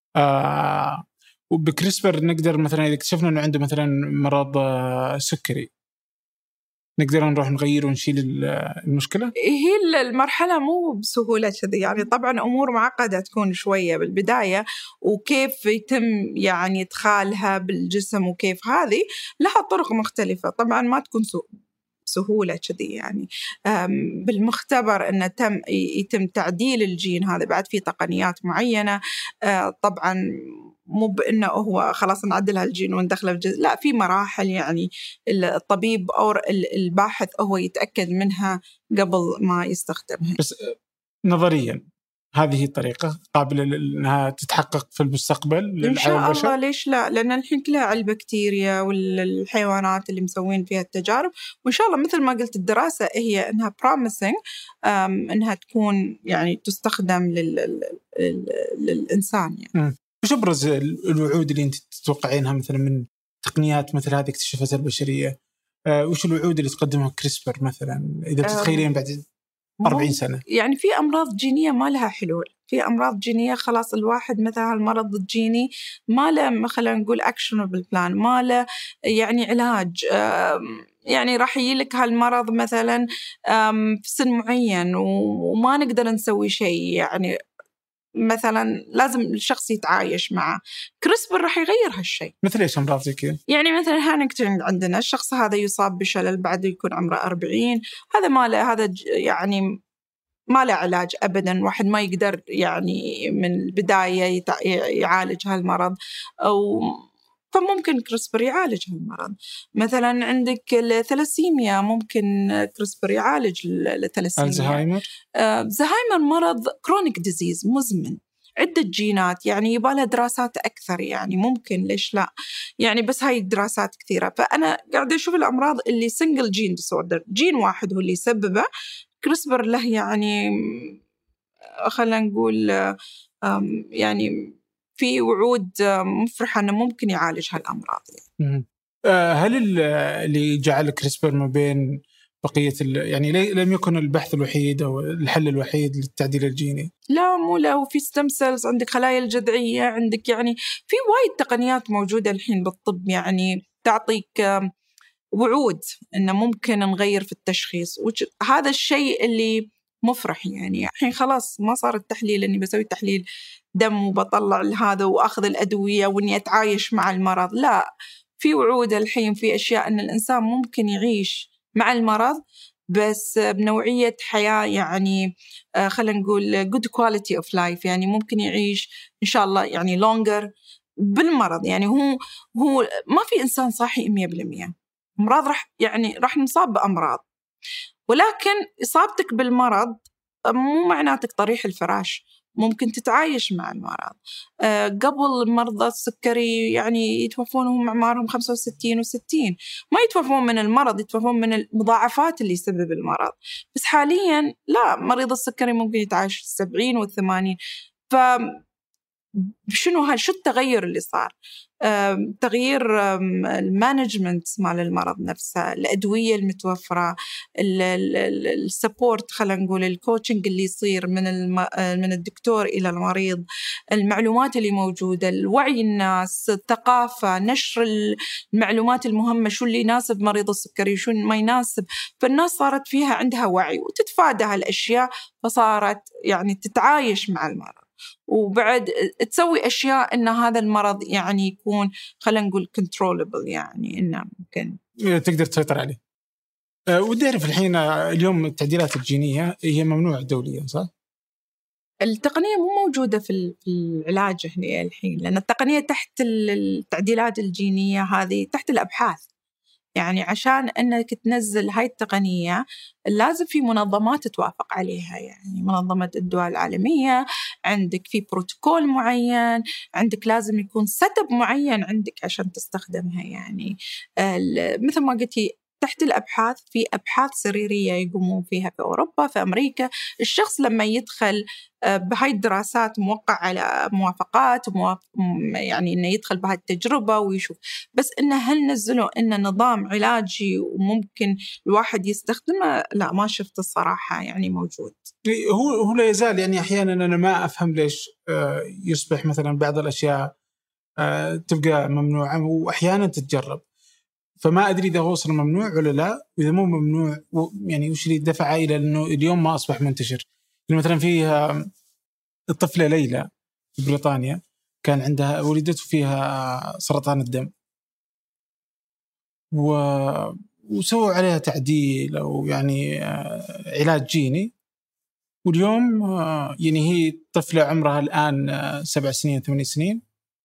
وبكريسبر نقدر مثلا إذا اكتشفنا أنه عنده مثلا مرض سكري، نقدر نروح نغير ونشيل المشكلة. هي المرحلة مو بسهولة كذي يعني، طبعا أمور معقدة تكون شوية بالبداية، وكيف يتم يعني إدخالها بالجسم وكيف هذه لها طرق مختلفة. طبعا ما تكون سهولة كذي يعني. بالمختبر أنه يتم تعديل الجين هذا بعد في تقنيات معينة. طبعا مو بأنه هو خلاص نعدل هالجين وندخله في الجسم، لا، في مراحل يعني الطبيب أو الباحث هو يتأكد منها قبل ما يستخدمها. بس نظريا هذه الطريقة قابلة لأنها تتحقق في المستقبل إن شاء الله، ليش لا؟ لأن الحين كلها على البكتيريا والحيوانات اللي مسوين فيها التجارب، وإن شاء الله مثل ما قلت الدراسة هي أنها promising أنها تكون يعني تستخدم للإنسان يعني. وش أبرز الوعود اللي أنت تتوقعينها مثلا من تقنيات مثل هذه اكتشفتها البشرية؟ وش الوعود اللي تقدمها كريسبر مثلا إذا بتتخيلين بعد 40 سنة؟ يعني في أمراض جينية ما لها حلول، في أمراض جينية خلاص الواحد مثلا المرض الجيني ما له خلينا نقول actionable plan، ما له يعني علاج، يعني راح يجيلك هالمرض مثلا في سن معين وما نقدر نسوي شيء، يعني مثلا لازم الشخص يتعايش معه. كريسبر راح يغير هالشيء. مثل ايش امراض زي كذا؟ يعني مثلا هانكتون عندنا الشخص هذا يصاب بشلل بعد يكون عمره 40، هذا ما له، هذا يعني ما له علاج أبدا، واحد ما يقدر يعني من البداية يعالج هالمرض، أو فممكن كريسبر يعالج هالمرض. مثلا عندك الثلاسيميا، ممكن كريسبر يعالج الثلاسيميا. الزهايمر مرض كرونيك ديزيز مزمن، عدة جينات، يعني يبالها دراسات أكثر، يعني ممكن ليش لا، يعني بس هاي الدراسات كثيرة. فأنا قاعدة أشوف الأمراض اللي سنجل جين ديسوردر، جين واحد هو اللي يسببه، كريسبر له يعني خلينا نقول يعني في وعود مفرحة أنه ممكن يعالج هالأمراض. هل اللي جعل كريسبر ما بين بقية يعني لم يكن البحث الوحيد أو الحل الوحيد للتعديل الجيني؟ لا مو لا، وفي ستيم سيلز، عندك خلايا الجذعية، عندك يعني في وايد تقنيات موجودة الحين بالطب، يعني تعطيك وعود إنه ممكن نغير في التشخيص، هذا الشيء اللي مفرح. يعني الحين خلاص ما صار التحليل إني بسوي تحليل دم وبطلع هذا وأخذ الأدوية وإني أتعايش مع المرض، لا، في وعود الحين، في أشياء إن الإنسان ممكن يعيش مع المرض بس بنوعية حياة يعني خلينا نقول good quality of life، يعني ممكن يعيش إن شاء الله يعني longer بالمرض. يعني هو ما في إنسان صحي 100%، أمراض راح نصاب بأمراض، ولكن إصابتك بالمرض مو معناتك طريح الفراش، ممكن تتعايش مع المرض. قبل مرضى السكري يعني يتوفون وهم أعمارهم 65 و60، ما يتوفون من المرض، يتوفون من المضاعفات اللي يسبب المرض. بس حاليا لا، مريض السكري ممكن يتعايش 70 و80. شنو شو التغير اللي صار؟ تغيير المانجمنت مال المرض نفسه، الأدوية المتوفرة، السبورت، خلينا نقول الكوتشنج اللي يصير من الدكتور إلى المريض، المعلومات اللي موجودة، الوعي الناس، الثقافة، نشر المعلومات المهمة، شو اللي يناسب مريض السكري شو ما يناسب. فالناس صارت فيها عندها وعي وتتفادى هالأشياء، فصارت يعني تتعايش مع المرض، وبعد تسوي أشياء إن هذا المرض يعني يكون خلينا نقول controllable، يعني إنه ممكن تقدر تسيطر عليه. ودي أعرف الحين اليوم التعديلات الجينية هي ممنوعة دوليا صح؟ التقنية مو موجودة في العلاج هنا الحين، لأن التقنية تحت التعديلات الجينية هذه تحت الأبحاث. يعني عشان أنك تنزل هاي التقنية لازم في منظمات توافق عليها، يعني منظمة الدول العالمية، عندك في بروتوكول معين، عندك لازم يكون سيتب معين عندك عشان تستخدمها. يعني مثل ما قلتي تحت الأبحاث، في أبحاث سريرية يقومون فيها في أوروبا، في أمريكا. الشخص لما يدخل بهاي الدراسات موقع على موافقات يعني إنه يدخل بهاي التجربة ويشوف، بس إنه هل نزلوا إنه نظام علاجي وممكن الواحد يستخدمه؟ لا، ما شفت الصراحة يعني موجود. هو لا يزال يعني أحيانا أنا ما أفهم ليش يصبح مثلا بعض الأشياء تبقى ممنوعة وأحيانا تتجرب، فما أدري إذا هو وصل ممنوع ولا لا. وإذا مو ممنوع يعني وش اللي دفع إلى إنه اليوم ما أصبح منتشر؟ مثلا فيها الطفلة ليلى في بريطانيا كان عندها ولدته فيها سرطان الدم وسووا عليها تعديل أو يعني علاج جيني، واليوم يعني هي طفلة عمرها الآن 7 سنين 8 سنين،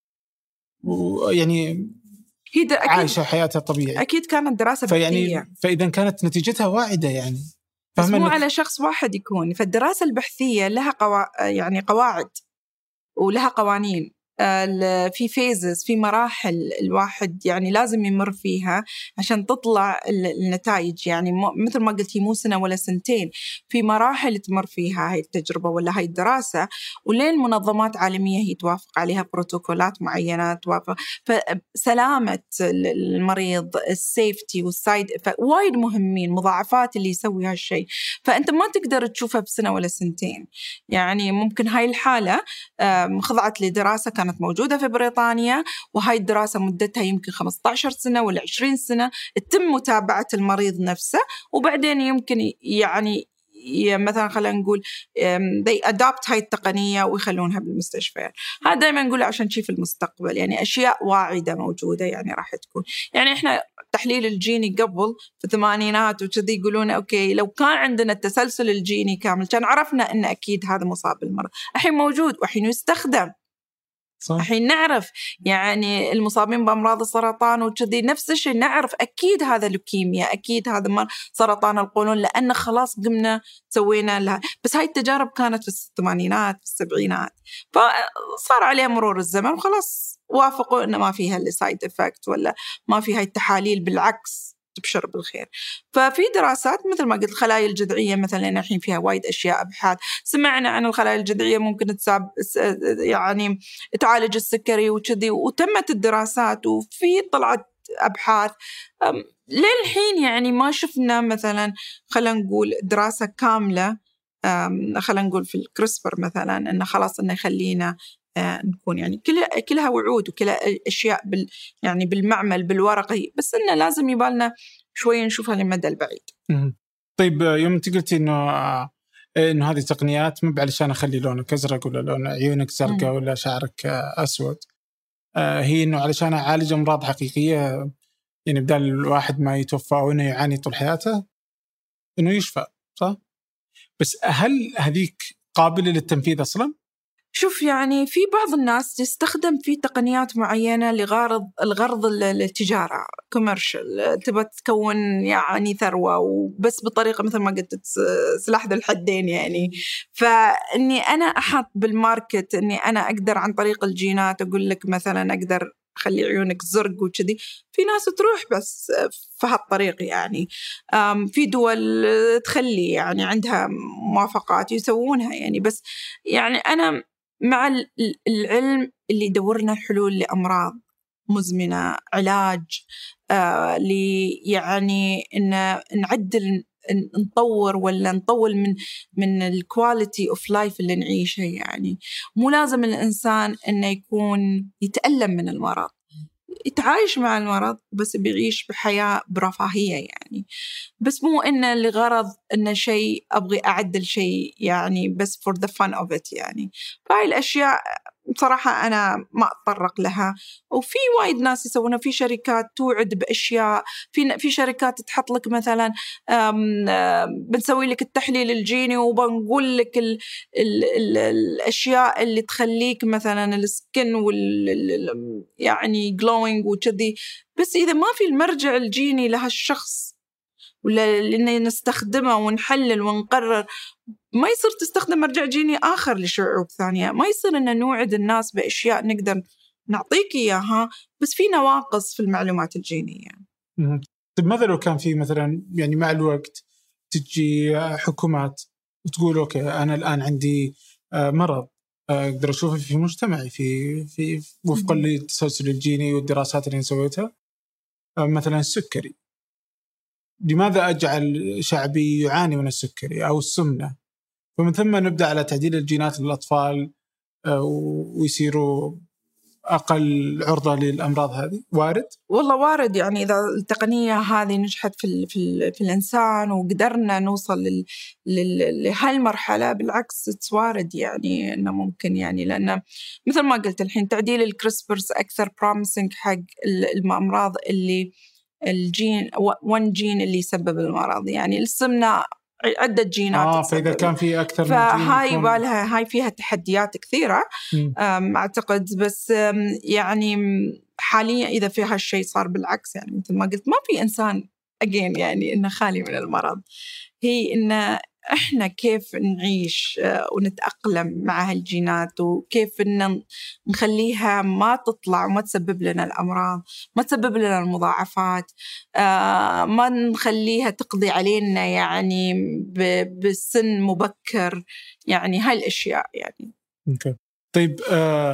ويعني عايشة حياتها طبيعي. أكيد كانت دراسة بحثية، فإذا كانت نتيجتها واعدة يعني، بس مو على شخص واحد يكون. فالدراسة البحثية لها يعني قواعد ولها قوانين. في فيزز، في مراحل الواحد يعني لازم يمر فيها عشان تطلع النتائج. يعني مثل ما قلتي مو سنة ولا سنتين، في مراحل تمر فيها هاي التجربة ولا هاي الدراسة، ولين منظمات عالمية هي توافق عليها بروتوكولات معينة توافق. فسلامة المريض، السيفتي والسايد وايد مهمين، مضاعفات اللي يسوي هالشيء. فأنت ما تقدر تشوفها بسنة ولا سنتين. يعني ممكن هاي الحالة خضعت لدراسة كانت موجودة في بريطانيا، وهاي الدراسة مدتها يمكن 15 سنة ولا 20 سنة، تتم متابعة المريض نفسه، وبعدين يمكن يعني مثلا خلينا نقول they adopt هاي التقنية ويخلونها بالمستشفى. هذا دائما نقول عشان تشوف المستقبل، يعني أشياء واعدة موجودة يعني راح تكون. يعني إحنا التحليل الجيني قبل في الثمانينات وكذي يقولون أوكي لو كان عندنا التسلسل الجيني كامل كان عرفنا إن أكيد هذا مصاب بالمرض. الحين موجود وحين يستخدم. الحين نعرف يعني المصابين بأمراض السرطان وكذي نفس الشيء، نعرف أكيد هذا لوكيميا، أكيد هذا سرطان القولون، لأن خلاص قمنا سوينا لها. بس هاي التجارب كانت في الثمانينات في السبعينات، فصار عليها مرور الزمن وخلاص وافقوا إنه ما فيها السايد إفكت ولا ما فيها التحاليل، بالعكس تبشر بالخير. ففي دراسات مثل ما قلت الخلايا الجذعية مثلا الحين فيها وايد أشياء أبحاث. سمعنا عن الخلايا الجذعية ممكن يعني تعالج السكري وكذي، وتمت الدراسات وفي طلعت أبحاث. للحين يعني ما شفنا مثلا خلينا نقول دراسة كاملة خلينا نقول في الكريسبر مثلا إنه خلاص إنه يخلينا نكون يعني كلها وعود وكلها أشياء يعني بالمعمل بالورقي، بس إنه لازم يبالنا شوي نشوفها للمدى البعيد. طيب يوم أنت قلتي إنه هذه تقنيات مو علشان أخلي لونك أزرق ولا لون عيونك زرقاء ولا شعرك أسود، هي إنه علشان أعالج أمراض حقيقية، يعني بدال الواحد ما يتوفى أو إنه يعاني طول حياته إنه يشفى، صح؟ بس هل هذيك قابلة للتنفيذ أصلاً؟ شوف يعني في بعض الناس تستخدم في تقنيات معينة الغرض التجارة كوميرشال، تبى تكون يعني ثروة وبس بطريقة مثل ما قلت سلاح ذو الحدين يعني. فإني أنا أحط بالماركت إني أنا أقدر عن طريق الجينات أقول لك مثلا أقدر خلي عيونك زرق وكذي، في ناس تروح بس في هالطريق يعني. في دول تخلي يعني عندها موافقات يسوونها يعني. بس يعني أنا مع العلم اللي يدورنا حلول لأمراض مزمنة، علاج يعني إن نعدل نطور ولا نطول من الكواليتي اوف لايف اللي نعيشه. يعني مو لازم الإنسان إنه يكون يتألم من المرض، يتعايش مع المرض بس بيعيش بحياة برفاهية يعني. بس مو إنه لغرض إنه شيء أبغي أعدل شيء يعني بس for the fun of it يعني. فهاي الأشياء بصراحة أنا ما أتطرق لها. وفي وايد ناس يسوونها، في شركات توعد بأشياء، في شركات تحط لك مثلا بنسوي لك التحليل الجيني وبنقول لك الأشياء اللي تخليك مثلا السكن يعني glowing وكذي. بس إذا ما في المرجع الجيني لهالشخص ولا لأننا نستخدمه ونحلل ونقرر، ما يصير تستخدم مرجع جيني آخر لشعوب ثانية. ما يصير إن نوعد الناس بأشياء نقدر نعطيك إياها بس في نواقص في المعلومات الجينية. طيب ماذا لو كان في مثلا يعني مع الوقت تجي حكومات وتقول أوكي أنا الآن عندي مرض أقدر أشوفه في مجتمعي في وفقا للتسلسل الجيني والدراسات اللي سويتها، مثلا السكري، لماذا أجعل شعبي يعاني من السكري أو السمنة؟ ومن ثم نبدأ على تعديل الجينات للأطفال ويصيروا أقل عرضة للأمراض هذه. وارد؟ والله وارد. يعني إذا التقنية هذه نجحت في الإنسان وقدرنا نوصل لهالمرحلة، بالعكس وارد يعني إنه ممكن يعني. لأن مثل ما قلت الحين تعديل الكريسبرز أكثر promising حق الأمراض اللي الجين one جين اللي يسبب المرض. يعني السمنة عدة جينات فإذا كان في أكثر من فهاي بالها هاي فيها تحديات كثيرة أعتقد. بس يعني حاليا إذا في هالشيء صار بالعكس يعني مثل ما قلت ما في إنسان يعني إنه خالي من المرض. هي إنه إحنا كيف نعيش ونتأقلم مع هالجينات، وكيف إن نخليها ما تطلع وما تسبب لنا الأمراض، ما تسبب لنا المضاعفات، ما نخليها تقضي علينا يعني بسن مبكر، يعني هاي الأشياء يعني. okay. طيب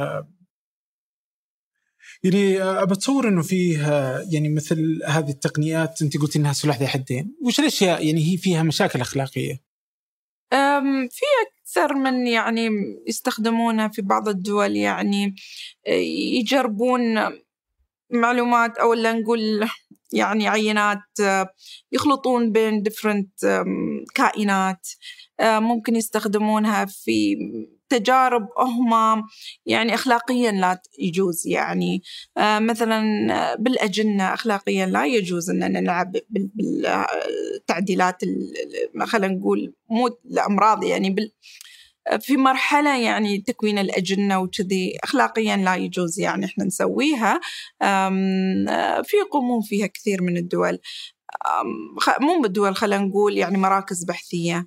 يعني بتصور إنه فيه يعني مثل هذه التقنيات أنت قلت إنها سلاح ذي حدين، وش الأشياء يعني هي فيها مشاكل أخلاقية؟ في أكثر من يعني يستخدمونها في بعض الدول، يعني يجربون معلومات أو لا نقول يعني عينات، يخلطون بين different كائنات، ممكن يستخدمونها في تجارب هم يعني أخلاقيا لا يجوز، يعني مثلا بالأجنة أخلاقيا لا يجوز أن نلعب بالتعديلات، خلينا نقول مو الأمراض يعني في مرحلة يعني تكوين الأجنة وكذي أخلاقيا لا يجوز يعني إحنا نسويها. في يقومون فيها كثير من الدول، مو بالدول، خلينا نقول يعني مراكز بحثية.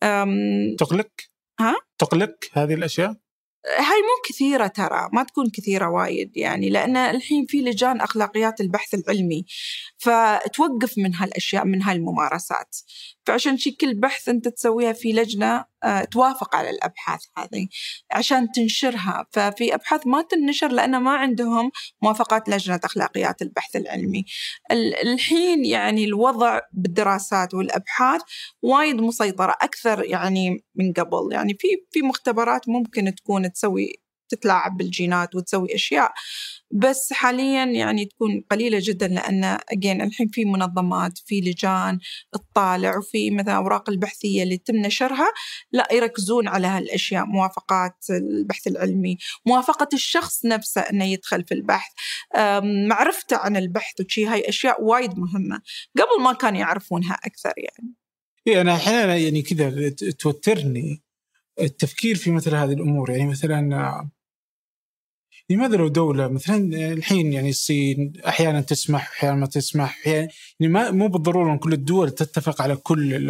تقلق هذه الأشياء؟ هاي مو كثيرة ترى، ما تكون كثيرة وايد يعني، لأن الحين في لجان أخلاقيات البحث العلمي فتوقف من هالأشياء، من هالممارسات. فعشان شي كل بحث أنت تسويها في لجنة توافق على الأبحاث هذه عشان تنشرها. ففي أبحاث ما تنشر لأن ما عندهم موافقات لجنة أخلاقيات البحث العلمي. الحين يعني الوضع بالدراسات والأبحاث وايد مسيطرة أكثر يعني من قبل، يعني في مختبرات ممكن تكون تتلاعب بالجينات وتسوي أشياء، بس حاليا يعني تكون قليلة جدا، لأن الحين في منظمات، في لجان تطالع، وفي مثلا أوراق البحثية اللي تم نشرها لا يركزون على هالأشياء، موافقات البحث العلمي، موافقة الشخص نفسه أنه يدخل في البحث، معرفته عن البحث وشي. هاي أشياء وايد مهمة قبل ما كانوا يعرفونها أكثر يعني. إيه أنا أحيانا يعني كذا توترني التفكير في مثل هذه الأمور. يعني مثلا لماذا لو دولة مثلا الحين يعني الصين أحيانا تسمح أحيانا ما تسمح، يعني مو بالضرورة أن كل الدول تتفق على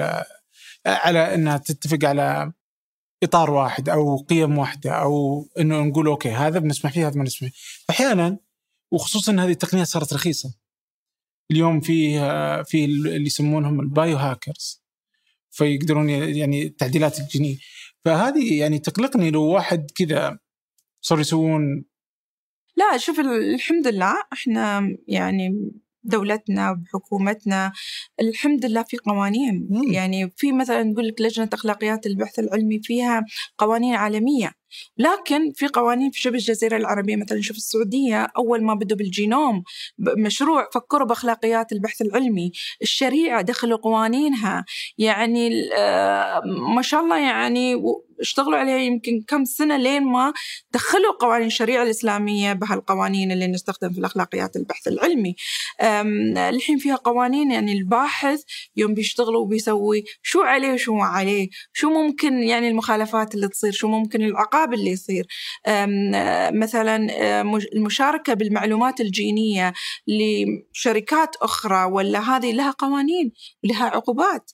على أنها تتفق على إطار واحد أو قيم واحدة، أو إنه نقول أوكي هذا بنسمح فيه هذا ما نسمح. أحيانا وخصوصا هذه التقنيات صارت رخيصة اليوم، في اللي يسمونهم البايو هاكرز، فيقدرون يعني تعديلات الجينية. فهذه يعني تقلقني لو واحد كذا صار يسوون. لا شوف، الحمد لله احنا يعني دولتنا وحكومتنا الحمد لله في قوانين. يعني في مثلا نقول لك لجنة أخلاقيات البحث العلمي فيها قوانين عالمية، لكن في قوانين في شبه الجزيرة العربية. مثلا شوف السعودية أول ما بدوا بالجينوم مشروع فكروا بأخلاقيات البحث العلمي، الشريعة دخلوا قوانينها، يعني ما شاء الله يعني اشتغلوا عليها يمكن كم سنة لين ما دخلوا قوانين الشريعة الإسلامية بهالقوانين اللي نستخدم في الأخلاقيات البحث العلمي. الحين فيها قوانين يعني الباحث يوم بيشتغلوا وبيسوي شو عليه وشو ما عليه، شو ممكن يعني المخالفات اللي تصير، شو ممكن العقاب اللي يصير. مثلا المشاركة بالمعلومات الجينية لشركات أخرى ولا هذه لها قوانين ولها عقوبات.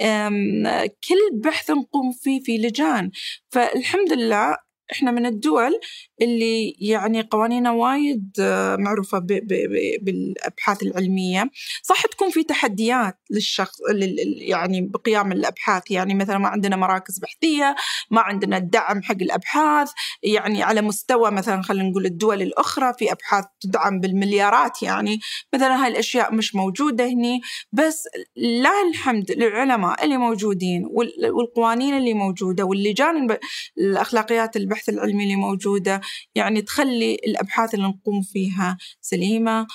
كل بحث نقوم فيه في لجان. فالحمد لله إحنا من الدول اللي يعني قوانينها وايد معروفة بالأبحاث العلمية. صح تكون في تحديات للشخص يعني بقيام الأبحاث، يعني مثلا ما عندنا مراكز بحثية، ما عندنا الدعم حق الأبحاث يعني على مستوى مثلا خلينا نقول الدول الأخرى في أبحاث تدعم بالمليارات، يعني مثلا هاي الأشياء مش موجودة هني. بس لا الحمد للعلماء اللي موجودين والقوانين اللي موجودة واللجان الأخلاقيات البحث العلمي اللي موجودة، يعني تخلي الأبحاث اللي نقوم فيها سليمة،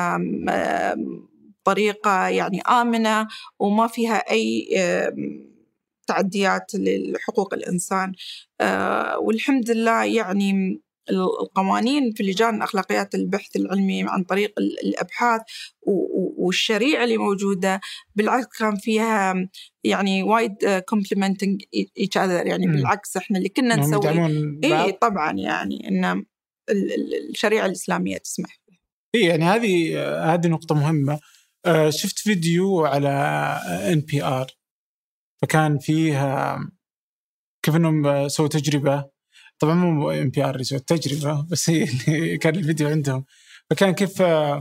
طريقة يعني آمنة وما فيها أي تعديات لحقوق الإنسان. والحمد لله يعني القوانين في لجان أخلاقيات البحث العلمي عن طريق الأبحاث والشريعة اللي موجودة بالعكس كان فيها يعني وايد complementing each other، يعني بالعكس إحنا اللي كنا نسوي إيه طبعا يعني إن الشريعة الإسلامية تسمح. إيه يعني هذه نقطة مهمة. شفت فيديو على NPR فكان فيه كيف إنهم سووا تجربة، طبعا مو NPR اللي سووا التجربة بس هي اللي كان الفيديو عندهم. فكان كيف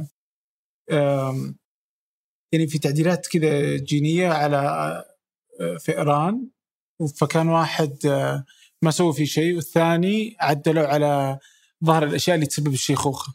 يعني في تعديلات كذا جينية على فئران، فكان واحد ما سووا فيه شيء والثاني عدلوا على ظهر الأشياء اللي تسبب الشيخوخة.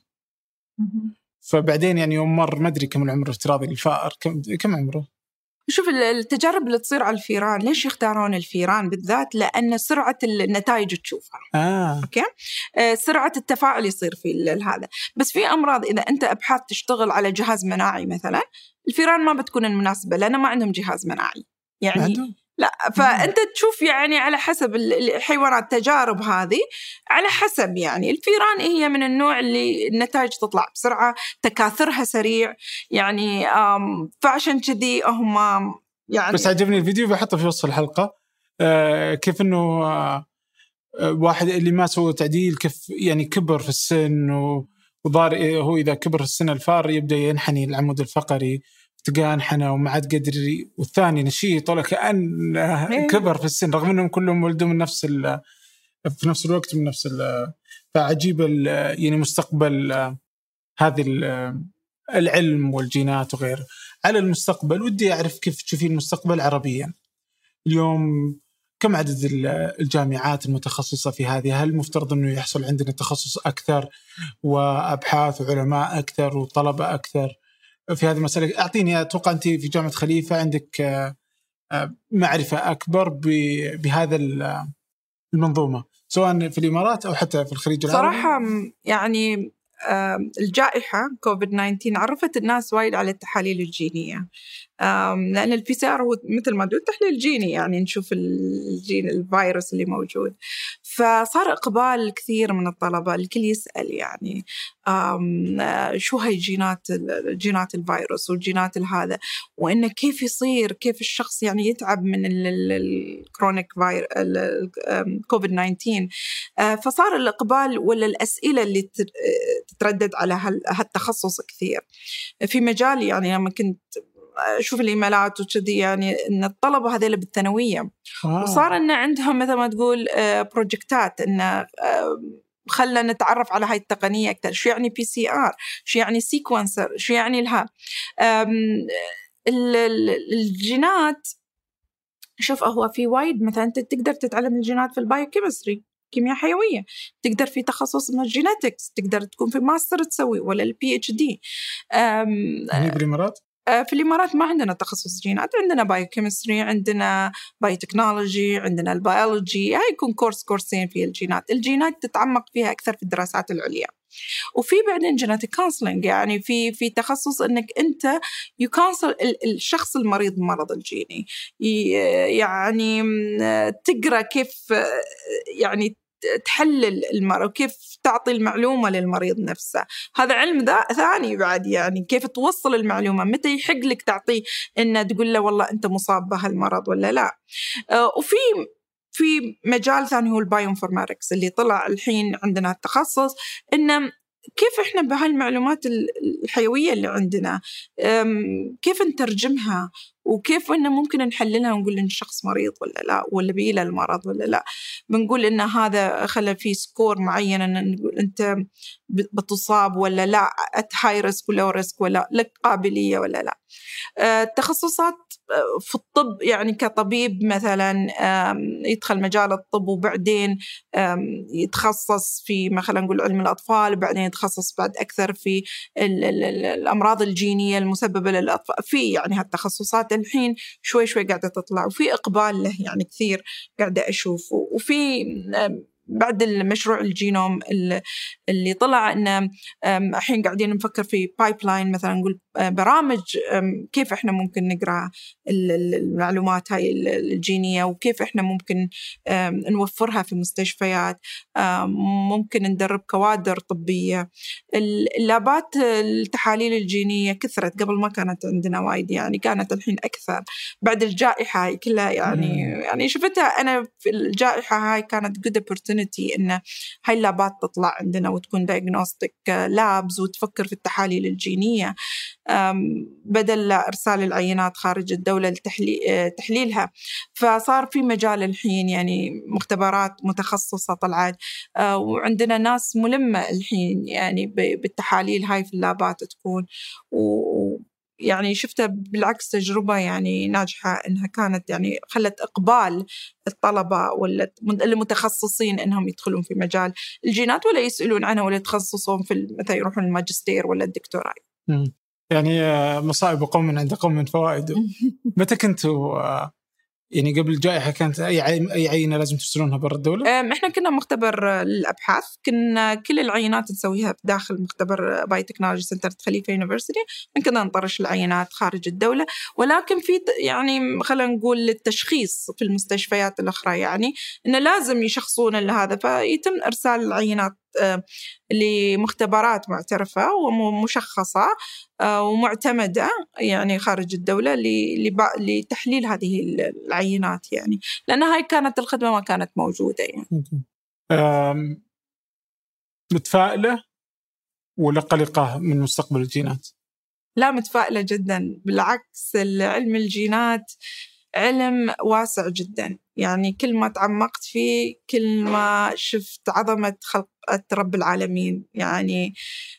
فبعدين يعني يوم مر ما أدري كم العمر الافتراضي للفأر، كم عمره؟ شوف التجارب اللي تصير على الفيران، ليش يختارون الفيران بالذات؟ لأن سرعة النتائج تشوفها. أوكي؟ سرعة التفاعل يصير في هذا. بس في أمراض إذا أنت أبحاث تشتغل على جهاز مناعي مثلا، الفيران ما بتكون المناسبة لأنه ما عندهم جهاز مناعي يعني. لا، فأنت تشوف يعني على حسب الحيوانات تجارب هذه على حسب يعني. الفيران هي من النوع اللي النتائج تطلع بسرعة، تكاثرها سريع يعني، فعشان كذي هم يعني. بس عجبني الفيديو بحطه في وصف الحلقة، كيف إنه واحد اللي ما سوى تعديل كيف يعني كبر في السن وضار هو إذا كبر في السن الفار يبدأ ينحني العمود الفقري، تلقاه انحنى وما عاد قدر، والثاني نشيط ولا كأن كبر في السن رغم انهم كلهم ولدوا من في نفس الوقت من نفس فعجيب يعني مستقبل هذه العلم والجينات وغيره. على المستقبل ودي أعرف كيف تشوفين المستقبل عربيا اليوم، كم عدد الجامعات المتخصصة في هذه؟ هل مفترض أنه يحصل عندنا تخصص أكثر وأبحاث وعلماء أكثر وطلبة أكثر في هذه المسألة؟ أعطيني، أتوقع أنت في جامعة خليفة عندك معرفة أكبر بهذا المنظومة سواء في الإمارات أو حتى في الخليج العربي. صراحة يعني الجائحة كوفيد-19 عرفت الناس وايد على التحاليل الجينية، لأن الPCR هو مثل ما تقول تحليل جيني، يعني نشوف الجين الفيروس اللي موجود. فصار إقبال كثير من الطلبة، الكل يسأل يعني شو هاي جينات الفيروس والجينات هذا، وإنه كيف يصير، كيف الشخص يعني يتعب من الكرونيك كوفيد-19. فصار الإقبال ولا الأسئلة اللي تتردد على هالتخصص كثير في مجالي. يعني لما كنت أشوف الإيميلات وكذي يعني إن الطلبة هذيلا بالثانوية وصار إن عندهم مثل ما تقول بروجكتات، إن خلنا نتعرف على هاي التقنية أكثر، شو يعني PCR، شو يعني سيكونسر، شو يعني الجينات. شوف هو في وايد مثلا أنت تقدر تتعلم الجينات في البايوكيمستري، كيمياء حيوية، تقدر في تخصص من الجيناتكس، تقدر تكون في ماستر تسوي ولا PhD. هني بالإمارات؟ في الإمارات ما عندنا تخصص جينات، عندنا بايوكيمستري، عندنا بايوتكنولوجي، عندنا البيولوجي، هاي يكون كورسين في الجينات تتعمق فيها أكثر في الدراسات العليا. وفي بعدين جينيتيك كونسلنج، يعني في تخصص انك انت يكونسل الشخص المريض بمرض الجيني، يعني تقرا كيف يعني تحلل المرض وكيف تعطي المعلومة للمريض نفسه. هذا علم ثاني بعد، يعني كيف توصل المعلومة، متى يحق لك تعطيه إنه تقول له والله أنت مصاب بهالمرض ولا لا. وفي مجال ثاني هو البايوانفورماتكس اللي طلع الحين عندنا التخصص، إنه كيف إحنا بهالمعلومات الحيوية اللي عندنا كيف نترجمها، وكيف إنه ممكن نحللها ونقول إن الشخص مريض ولا لا، ولا بيله المرض ولا لا. بنقول إن هذا خلى فيه سكور معين، إن نقول أنت بتصاب ولا لا، هاي ريسك ولا ريسك، ولا لك قابلية ولا لا. التخصصات في الطب يعني كطبيب مثلا يدخل مجال الطب وبعدين يتخصص في مثلا نقول علم الأطفال، وبعدين يتخصص بعد أكثر في الأمراض الجينية المسببة للأطفال. في يعني هالتخصصات الحين شوي شوي قاعدة تطلع وفي إقبال له يعني كثير قاعدة أشوف. وفي بعد المشروع الجينوم اللي طلع إنه الحين قاعدين نفكر في بايبلاين، مثلا نقول برامج كيف إحنا ممكن نقرأ المعلومات هاي الجينية، وكيف إحنا ممكن نوفرها في مستشفيات، ممكن ندرب كوادر طبية. اللابات التحاليل الجينية كثرت، قبل ما كانت عندنا وايد، يعني كانت الحين أكثر بعد الجائحة هاي كلها. يعني شفتها أنا في الجائحة هاي كانت good opportunity opportunity إن هاي اللابات تطلع عندنا وتكون diagnostic labs وتفكر في التحاليل الجينية بدل إرسال العينات خارج الدولة لتحليلها. فصار في مجال الحين يعني مختبرات متخصصة طلعت، وعندنا ناس ملمة الحين يعني بالتحاليل هاي في اللابات تكون، يعني شفتها بالعكس تجربة يعني ناجحة إنها كانت يعني خلت إقبال الطلبة ولا المتخصصين إنهم يدخلون في مجال الجينات ولا يسألون عنها ولا يتخصصون في مثلا يروحون الماجستير ولا الدكتوراه. يعني مصائب قوم عند قوم فوائد. متى كنتوا يعني قبل الجائحة كانت أي عينة لازم ترسلونها برا الدولة؟ إحنا كنا مختبر للأبحاث، كنا كل العينات نسويها داخل مختبر بايوتكنولوجي سنتر خليفة يونيفرسيتي، من كنا نطرش العينات خارج الدولة. ولكن في يعني خلينا نقول التشخيص في المستشفيات الأخرى يعني إنه لازم يشخصون لهذا، فيتم إرسال العينات لمختبرات معترفة ومشخصة ومعتمدة يعني خارج الدولة لتحليل هذه العينات يعني، لأن هاي كانت الخدمة ما كانت موجودة يعني. متفائلة ولا قلقة من مستقبل الجينات؟ لا، متفائلة جدا، بالعكس علم الجينات علم واسع جدا، يعني كل ما تعمقت فيه كل ما شفت عظمة خلقة رب العالمين. يعني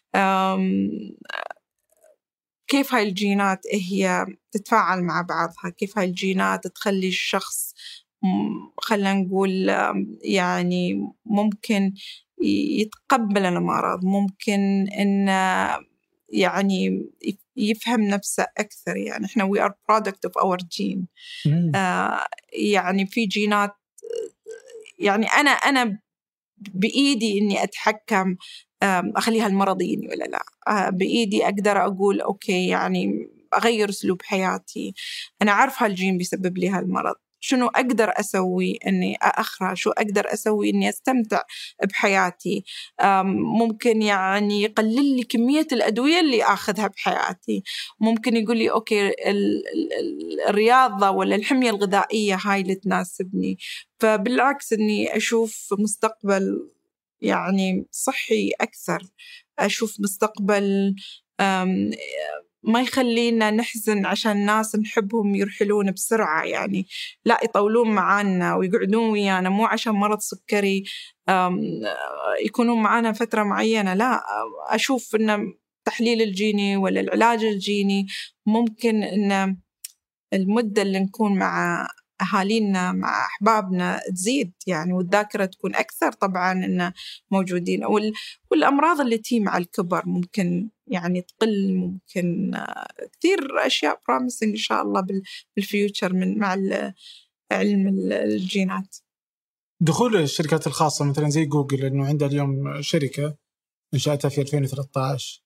كيف هاي الجينات هي تتفاعل مع بعضها، كيف هاي الجينات تخلي الشخص خلينا نقول يعني ممكن يتقبل الأمراض، ممكن إن يعني يفهم نفسه أكثر. يعني إحنا we are product of our gene. يعني في جينات يعني أنا بإيدي إني أتحكم أخليها المرض يجيني ولا لا، بإيدي أقدر أقول أوكي يعني أغير أسلوب حياتي، أنا عارف هالجين بيسبب لي هالمرض، شنو أقدر أسوي إني أخرى، شو أقدر أسوي إني أستمتع بحياتي. ممكن يعني يقلل لي كمية الأدوية اللي أخذها بحياتي، ممكن يقول لي أوكي الرياضة ولا الحمية الغذائية هاي اللي تناسبني. فبالعكس إني أشوف مستقبل يعني صحي أكثر، أشوف مستقبل ما يخلينا نحزن عشان ناس نحبهم يرحلون بسرعة، يعني لا، يطولون معانا ويقعدون ويانا، مو عشان مرض سكري يكونون معانا فترة معينة. لا، أشوف إن التحليل الجيني ولا العلاج الجيني ممكن إن المدة اللي نكون مع أهالينا مع أحبابنا تزيد يعني، والذاكرة تكون أكثر طبعاً إن موجودين، والأمراض اللي تيجي مع الكبر ممكن يعني تقل، ممكن كثير أشياء promising إن شاء الله بالفيوتشر مع علم الجينات. دخول الشركات الخاصة مثلاً زي جوجل، إنه عندها اليوم شركة انشأتها في 2013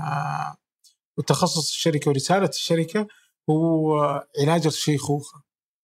وتخصص الشركة ورسالة الشركة هو علاج الشيخوخة،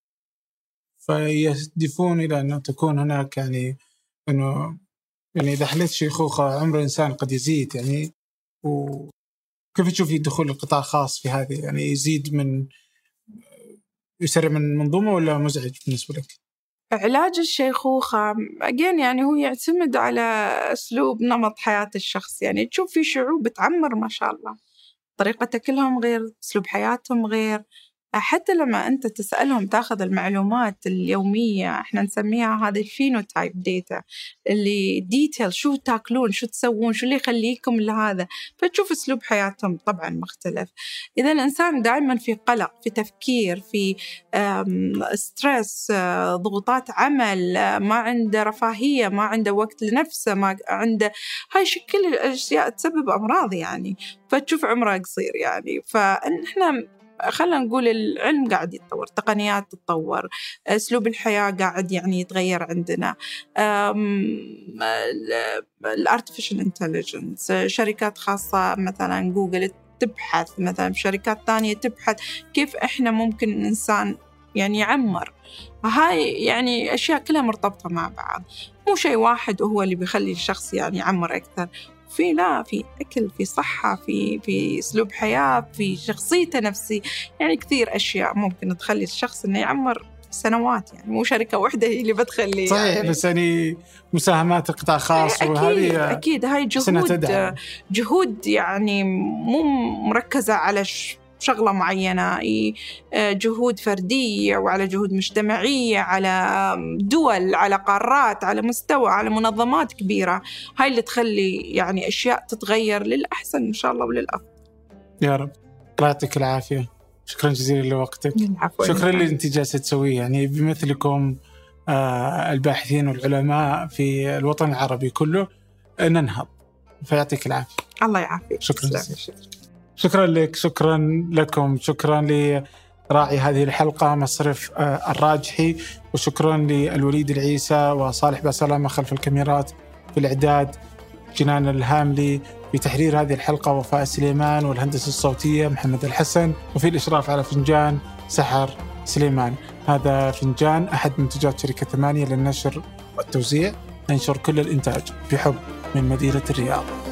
فيهدفون إلى أنه تكون هناك يعني أنه يعني إذا حلت شيخوخة عمر الإنسان قد يزيد يعني. وكيف تشوفي دخول القطاع الخاص في هذه؟ يعني يزيد من يسرع من المنظومة ولا مزعج بالنسبة لك؟ علاج الشيخوخة يعني هو يعتمد على أسلوب نمط حياة الشخص. يعني تشوف في شعوب تعمر ما شاء الله، طريقة أكلهم غير، أسلوب حياتهم غير، حتى لما أنت تسألهم تأخذ المعلومات اليومية، إحنا نسميها هذه الفينوتايب ديتا، اللي ديتيل شو تاكلون، شو تسوون، شو اللي يخليكم لهذا، فتشوف أسلوب حياتهم طبعاً مختلف. إذا الإنسان دائماً في قلق، في تفكير، في ستريس، ضغوطات عمل، ما عنده رفاهية، ما عنده وقت لنفسه، ما عنده هاي شكل الأشياء تسبب أمراض يعني، فتشوف عمره قصير يعني. فإحنا خلنا نقول العلم قاعد يتطور، تقنيات تتطور، أسلوب الحياة قاعد يعني يتغير عندنا، الارتفيشال انتليجنس، شركات خاصة مثلا جوجل تبحث، مثلا شركات تانية تبحث كيف إحنا ممكن الإنسان يعني يعمر. هاي يعني أشياء كلها مرتبطة مع بعض، مو شيء واحد هو اللي بيخلي الشخص يعني يعمر أكثر. في أكل، في صحة، في أسلوب حياة، في شخصيته نفسي، يعني كثير أشياء ممكن تخلي الشخص إنه يعمر سنوات، يعني مو شركة واحدة هي اللي بتخلي صحيح يعني. بس يعني مساهمات قطاع خاص وهذه أكيد هاي جهود يعني مو مركزة على شغلة معينة، جهود فردية وعلى جهود مجتمعية، على دول، على قارات، على مستوى، على منظمات كبيرة. هاي اللي تخلي يعني أشياء تتغير للأحسن إن شاء الله وللأفضل. يا رب. الله يعطيك العافية، شكرا جزيلا لوقتك. شكرا اللي انت جالسة تسويه، يعني بمثلكم الباحثين والعلماء في الوطن العربي كله ننهض، فيعطيك العافية. الله يعافيك. شكرا لك، شكرا لكم، شكرا لراعي هذه الحلقة مصرف الراجحي، وشكرا للوليد العيسى وصالح بسلامة خلف الكاميرات، في الإعداد جنان الهاملي، في تحرير هذه الحلقة وفاء سليمان، والهندسة الصوتية محمد الحسن، وفي الإشراف على فنجان سحر سليمان. هذا فنجان أحد منتجات شركة 8 للنشر والتوزيع، ننشر كل الإنتاج بحب من مدينة الرياض.